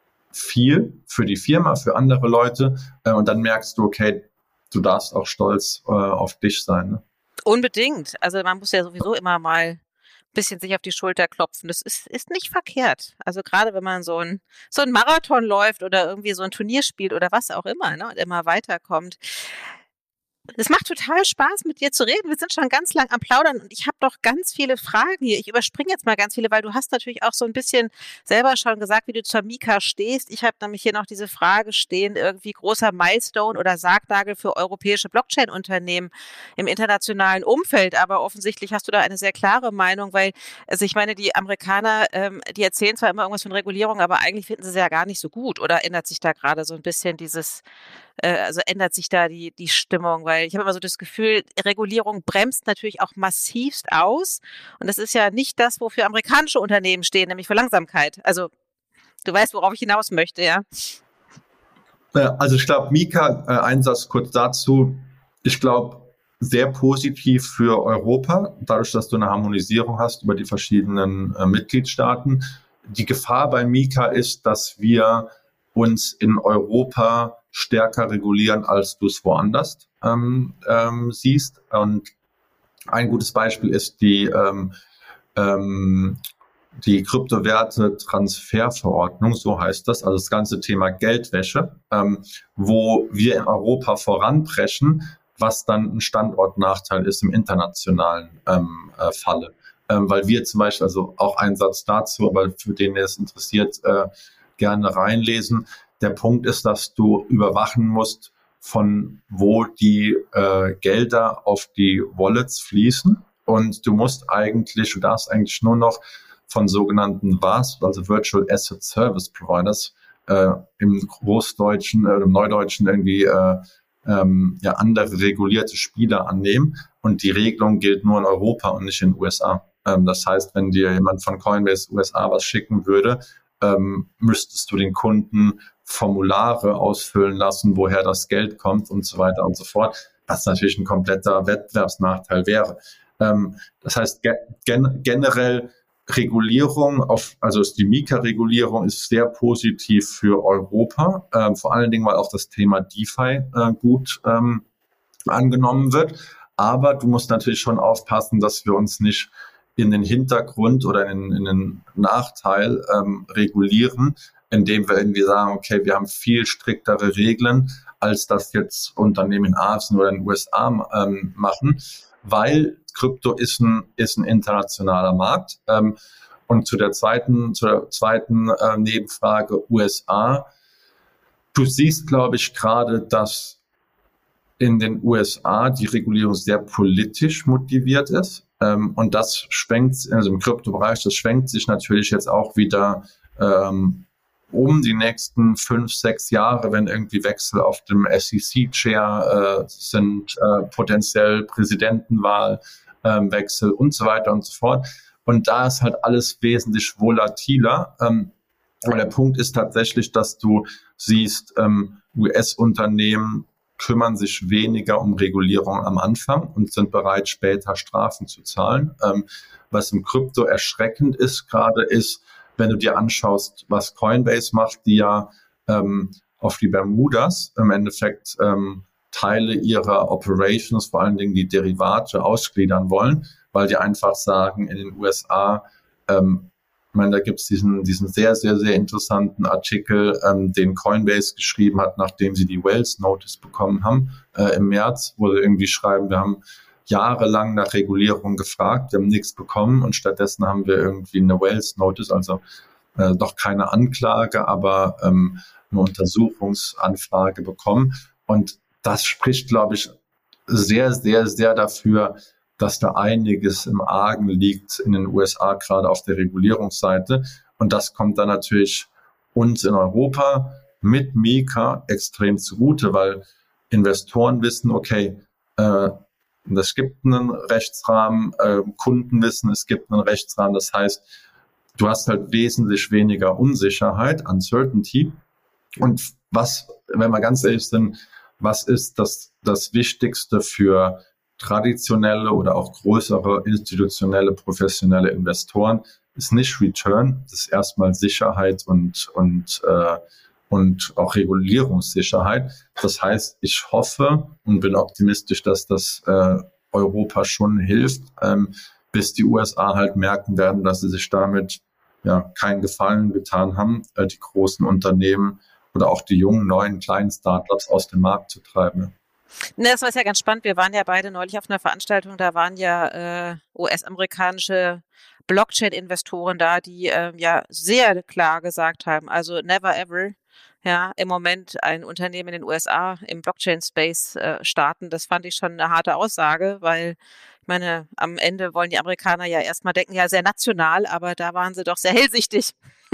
viel für die Firma, für andere Leute und dann merkst du, okay, du darfst auch stolz auf dich sein. Ne? Unbedingt. Also man muss ja sowieso immer mal ein bisschen sich auf die Schulter klopfen. Das ist nicht verkehrt. Also gerade wenn man so ein Marathon läuft oder irgendwie so ein Turnier spielt oder was auch immer, ne, und immer weiterkommt. Es macht total Spaß, mit dir zu reden. Wir sind schon ganz lang am Plaudern und ich habe doch ganz viele Fragen hier. Ich überspringe jetzt mal ganz viele, weil du hast natürlich auch so ein bisschen selber schon gesagt, wie du zur Mika stehst. Ich habe nämlich hier noch diese Frage stehen, irgendwie großer Milestone oder Sargnagel für europäische Blockchain-Unternehmen im internationalen Umfeld. Aber offensichtlich hast du da eine sehr klare Meinung, weil, also ich meine, die Amerikaner, die erzählen zwar immer irgendwas von Regulierung, aber eigentlich finden sie es ja gar nicht so gut. Oder ändert sich da gerade so ein bisschen also ändert sich da die Stimmung, weil ich habe immer so das Gefühl, Regulierung bremst natürlich auch massivst aus und das ist ja nicht das, wofür amerikanische Unternehmen stehen, nämlich für Langsamkeit. Also du weißt, worauf ich hinaus möchte, ja? Also ich glaube, Mika, ein Satz kurz dazu, ich glaube, sehr positiv für Europa, dadurch, dass du eine Harmonisierung hast über die verschiedenen Mitgliedstaaten. Die Gefahr bei Mika ist, dass wir uns in Europa stärker regulieren, als du es woanders siehst. Und ein gutes Beispiel ist die Kryptowerte-Transferverordnung, so heißt das, also das ganze Thema Geldwäsche, wo wir in Europa voranpreschen, was dann ein Standortnachteil ist im internationalen Falle. Weil wir zum Beispiel, also auch ein Satz dazu, aber für den, der es interessiert, gerne reinlesen. Der Punkt ist, dass du überwachen musst, von wo die Gelder auf die Wallets fließen. Und du darfst eigentlich nur noch von sogenannten VAS, also Virtual Asset Service Providers, im Großdeutschen oder im Neudeutschen irgendwie andere regulierte Spieler annehmen und die Regelung gilt nur in Europa und nicht in den USA. Das heißt, wenn dir jemand von Coinbase USA was schicken würde, müsstest du den Kunden Formulare ausfüllen lassen, woher das Geld kommt und so weiter und so fort, was natürlich ein kompletter Wettbewerbsnachteil wäre. Das heißt, generell Regulierung, also die MiCA-Regulierung ist sehr positiv für Europa, vor allen Dingen, weil auch das Thema DeFi gut angenommen wird. Aber du musst natürlich schon aufpassen, dass wir uns nicht in den Hintergrund oder in den Nachteil regulieren, indem wir irgendwie sagen, okay, wir haben viel striktere Regeln, als das jetzt Unternehmen in Asien oder in den USA machen, weil Krypto ist ein internationaler Markt. Und zu der zweiten Nebenfrage USA. Du siehst, glaube ich, gerade, dass in den USA die Regulierung sehr politisch motiviert ist. Und das schwenkt, also im Kryptobereich, das schwenkt sich natürlich jetzt auch wieder um die nächsten 5, 6 Jahre, wenn irgendwie Wechsel auf dem SEC-Chair sind, potenziell Präsidentenwahlwechsel und so weiter und so fort. Und da ist halt alles wesentlich volatiler. Aber der Punkt ist tatsächlich, dass du siehst, US-Unternehmen kümmern sich weniger um Regulierung am Anfang und sind bereit, später Strafen zu zahlen. Was im Krypto erschreckend ist gerade ist, wenn du dir anschaust, was Coinbase macht, die ja auf die Bermudas im Endeffekt Teile ihrer Operations, vor allen Dingen die Derivate, ausgliedern wollen, weil die einfach sagen, in den USA, ich meine, da gibt es diesen sehr, sehr, sehr interessanten Artikel, den Coinbase geschrieben hat, nachdem sie die Wells Notice bekommen haben im März, wo sie irgendwie schreiben, wir haben jahrelang nach Regulierung gefragt, wir haben nichts bekommen und stattdessen haben wir irgendwie eine Wells Notice, also doch keine Anklage, aber eine Untersuchungsanfrage bekommen. Und das spricht, glaube ich, sehr, sehr, sehr dafür, dass da einiges im Argen liegt in den USA, gerade auf der Regulierungsseite. Und das kommt dann natürlich uns in Europa mit MiCA extrem zugute, weil Investoren wissen, okay, es gibt einen Rechtsrahmen, Kunden wissen, es gibt einen Rechtsrahmen. Das heißt, du hast halt wesentlich weniger Unsicherheit, Uncertainty. Und wenn wir ganz ehrlich sind, was ist das Wichtigste für traditionelle oder auch größere institutionelle, professionelle Investoren, ist nicht Return, das ist erstmal Sicherheit und auch Regulierungssicherheit. Das heißt, ich hoffe und bin optimistisch, dass das Europa schon hilft, bis die USA halt merken werden, dass sie sich damit keinen Gefallen getan haben, die großen Unternehmen oder auch die jungen, neuen, kleinen Startups aus dem Markt zu treiben. Das war ja ganz spannend. Wir waren ja beide neulich auf einer Veranstaltung, da waren ja US-amerikanische Blockchain-Investoren da, die sehr klar gesagt haben, also never ever im Moment ein Unternehmen in den USA im Blockchain-Space starten. Das fand ich schon eine harte Aussage, weil ich meine, am Ende wollen die Amerikaner ja erstmal denken, ja sehr national, aber da waren sie doch sehr hellsichtig.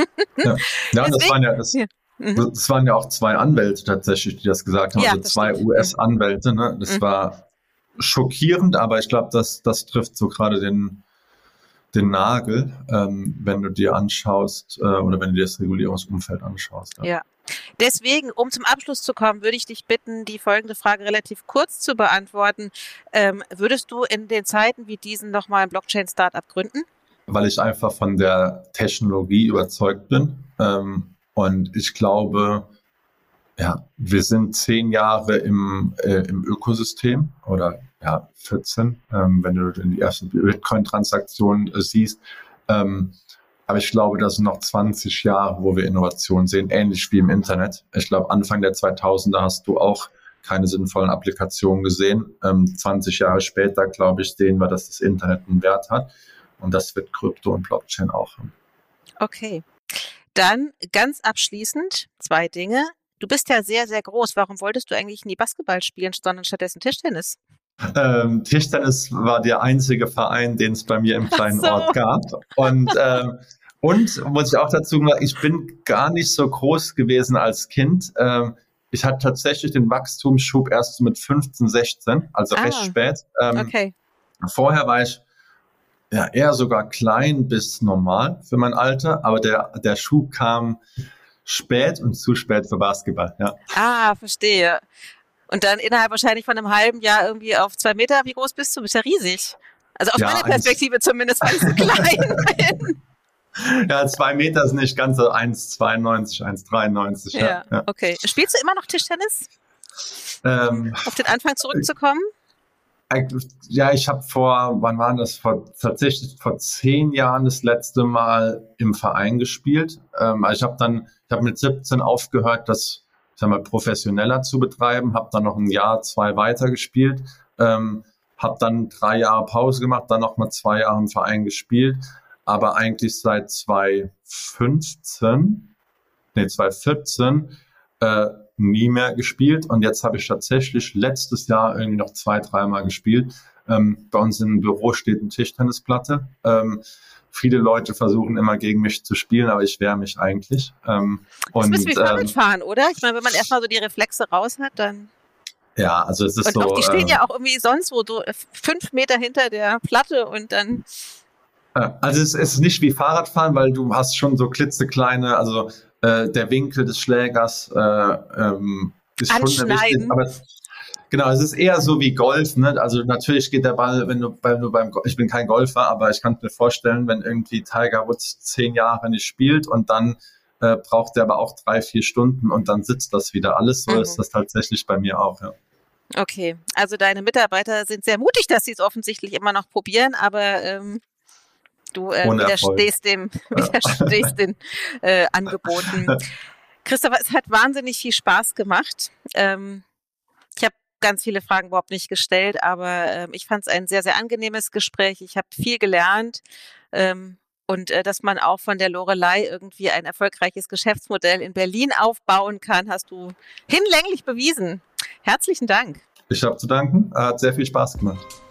Das waren ja auch 2 Anwälte tatsächlich, die das gesagt haben, also 2 US-Anwälte. Ne? Das war schockierend, aber ich glaube, das trifft so gerade den Nagel, wenn du dir anschaust oder wenn du dir das Regulierungsumfeld anschaust. Ja. Deswegen, um zum Abschluss zu kommen, würde ich dich bitten, die folgende Frage relativ kurz zu beantworten. Würdest du in den Zeiten wie diesen nochmal ein Blockchain-Startup gründen? Weil ich einfach von der Technologie überzeugt bin. Und ich glaube, wir sind 10 Jahre im Ökosystem oder 14, wenn du die erste Bitcoin-Transaktion siehst. Aber ich glaube, das sind noch 20 Jahre, wo wir Innovation sehen, ähnlich wie im Internet. Ich glaube, Anfang der 2000er hast du auch keine sinnvollen Applikationen gesehen. 20 Jahre später, glaube ich, sehen wir, dass das Internet einen Wert hat. Und das wird Krypto und Blockchain auch haben. Okay. Dann ganz abschließend 2 Dinge. Du bist ja sehr, sehr groß. Warum wolltest du eigentlich nie Basketball spielen, sondern stattdessen Tischtennis? Tischtennis war der einzige Verein, den es bei mir im kleinen Ort gab. Und Und muss ich auch dazu sagen, ich bin gar nicht so groß gewesen als Kind. Ich hatte tatsächlich den Wachstumsschub erst so mit 15, 16, also recht spät. Okay. Vorher war ich ja eher sogar klein bis normal für mein Alter, aber der Schub kam spät und zu spät für Basketball, ja. Verstehe. Und dann innerhalb wahrscheinlich von einem halben Jahr irgendwie auf 2 Meter, wie groß bist du? Bist ja riesig. Also aus meiner Perspektive zumindest, weil ich so klein bin. Ja, 2 Meter ist nicht ganz so 1,92, 1,93. Ja, okay. Spielst du immer noch Tischtennis? Auf den Anfang zurückzukommen? Ja, ich habe tatsächlich vor 10 Jahren das letzte Mal im Verein gespielt. Also ich habe mit 17 aufgehört, das professioneller zu betreiben, habe dann noch ein Jahr, 2 weiter gespielt, habe dann 3 Jahre Pause gemacht, dann noch mal 2 Jahre im Verein gespielt. Aber eigentlich seit 2014 nie mehr gespielt. Und jetzt habe ich tatsächlich letztes Jahr irgendwie noch 2, 3 Mal gespielt. Bei uns im Büro steht eine Tischtennisplatte. Viele Leute versuchen immer gegen mich zu spielen, aber ich wehre mich eigentlich. Das ist wie Fahrradfahren, oder? Ich meine, wenn man erstmal so die Reflexe raus hat, dann... Ja, also es ist und so... Und die stehen ja auch irgendwie sonst wo so 5 Meter hinter der Platte und dann... Also es ist nicht wie Fahrradfahren, weil du hast schon so klitzekleine, also der Winkel des Schlägers ist schon wichtig. Aber genau, es ist eher so wie Golf, ne? Also natürlich geht der Ball, ich bin kein Golfer, aber ich kann mir vorstellen, wenn irgendwie Tiger Woods 10 Jahre nicht spielt und dann braucht er aber auch 3, 4 Stunden und dann sitzt das wieder alles. So ist das tatsächlich bei mir auch, ja. Okay, also deine Mitarbeiter sind sehr mutig, dass sie es offensichtlich immer noch probieren, aber du widerstehst den Angeboten. Christopher, es hat wahnsinnig viel Spaß gemacht. Ich habe ganz viele Fragen überhaupt nicht gestellt, aber ich fand es ein sehr, sehr angenehmes Gespräch. Ich habe viel gelernt und dass man auch von der Loreley irgendwie ein erfolgreiches Geschäftsmodell in Berlin aufbauen kann, hast du hinlänglich bewiesen. Herzlichen Dank. Ich habe zu danken. Hat sehr viel Spaß gemacht.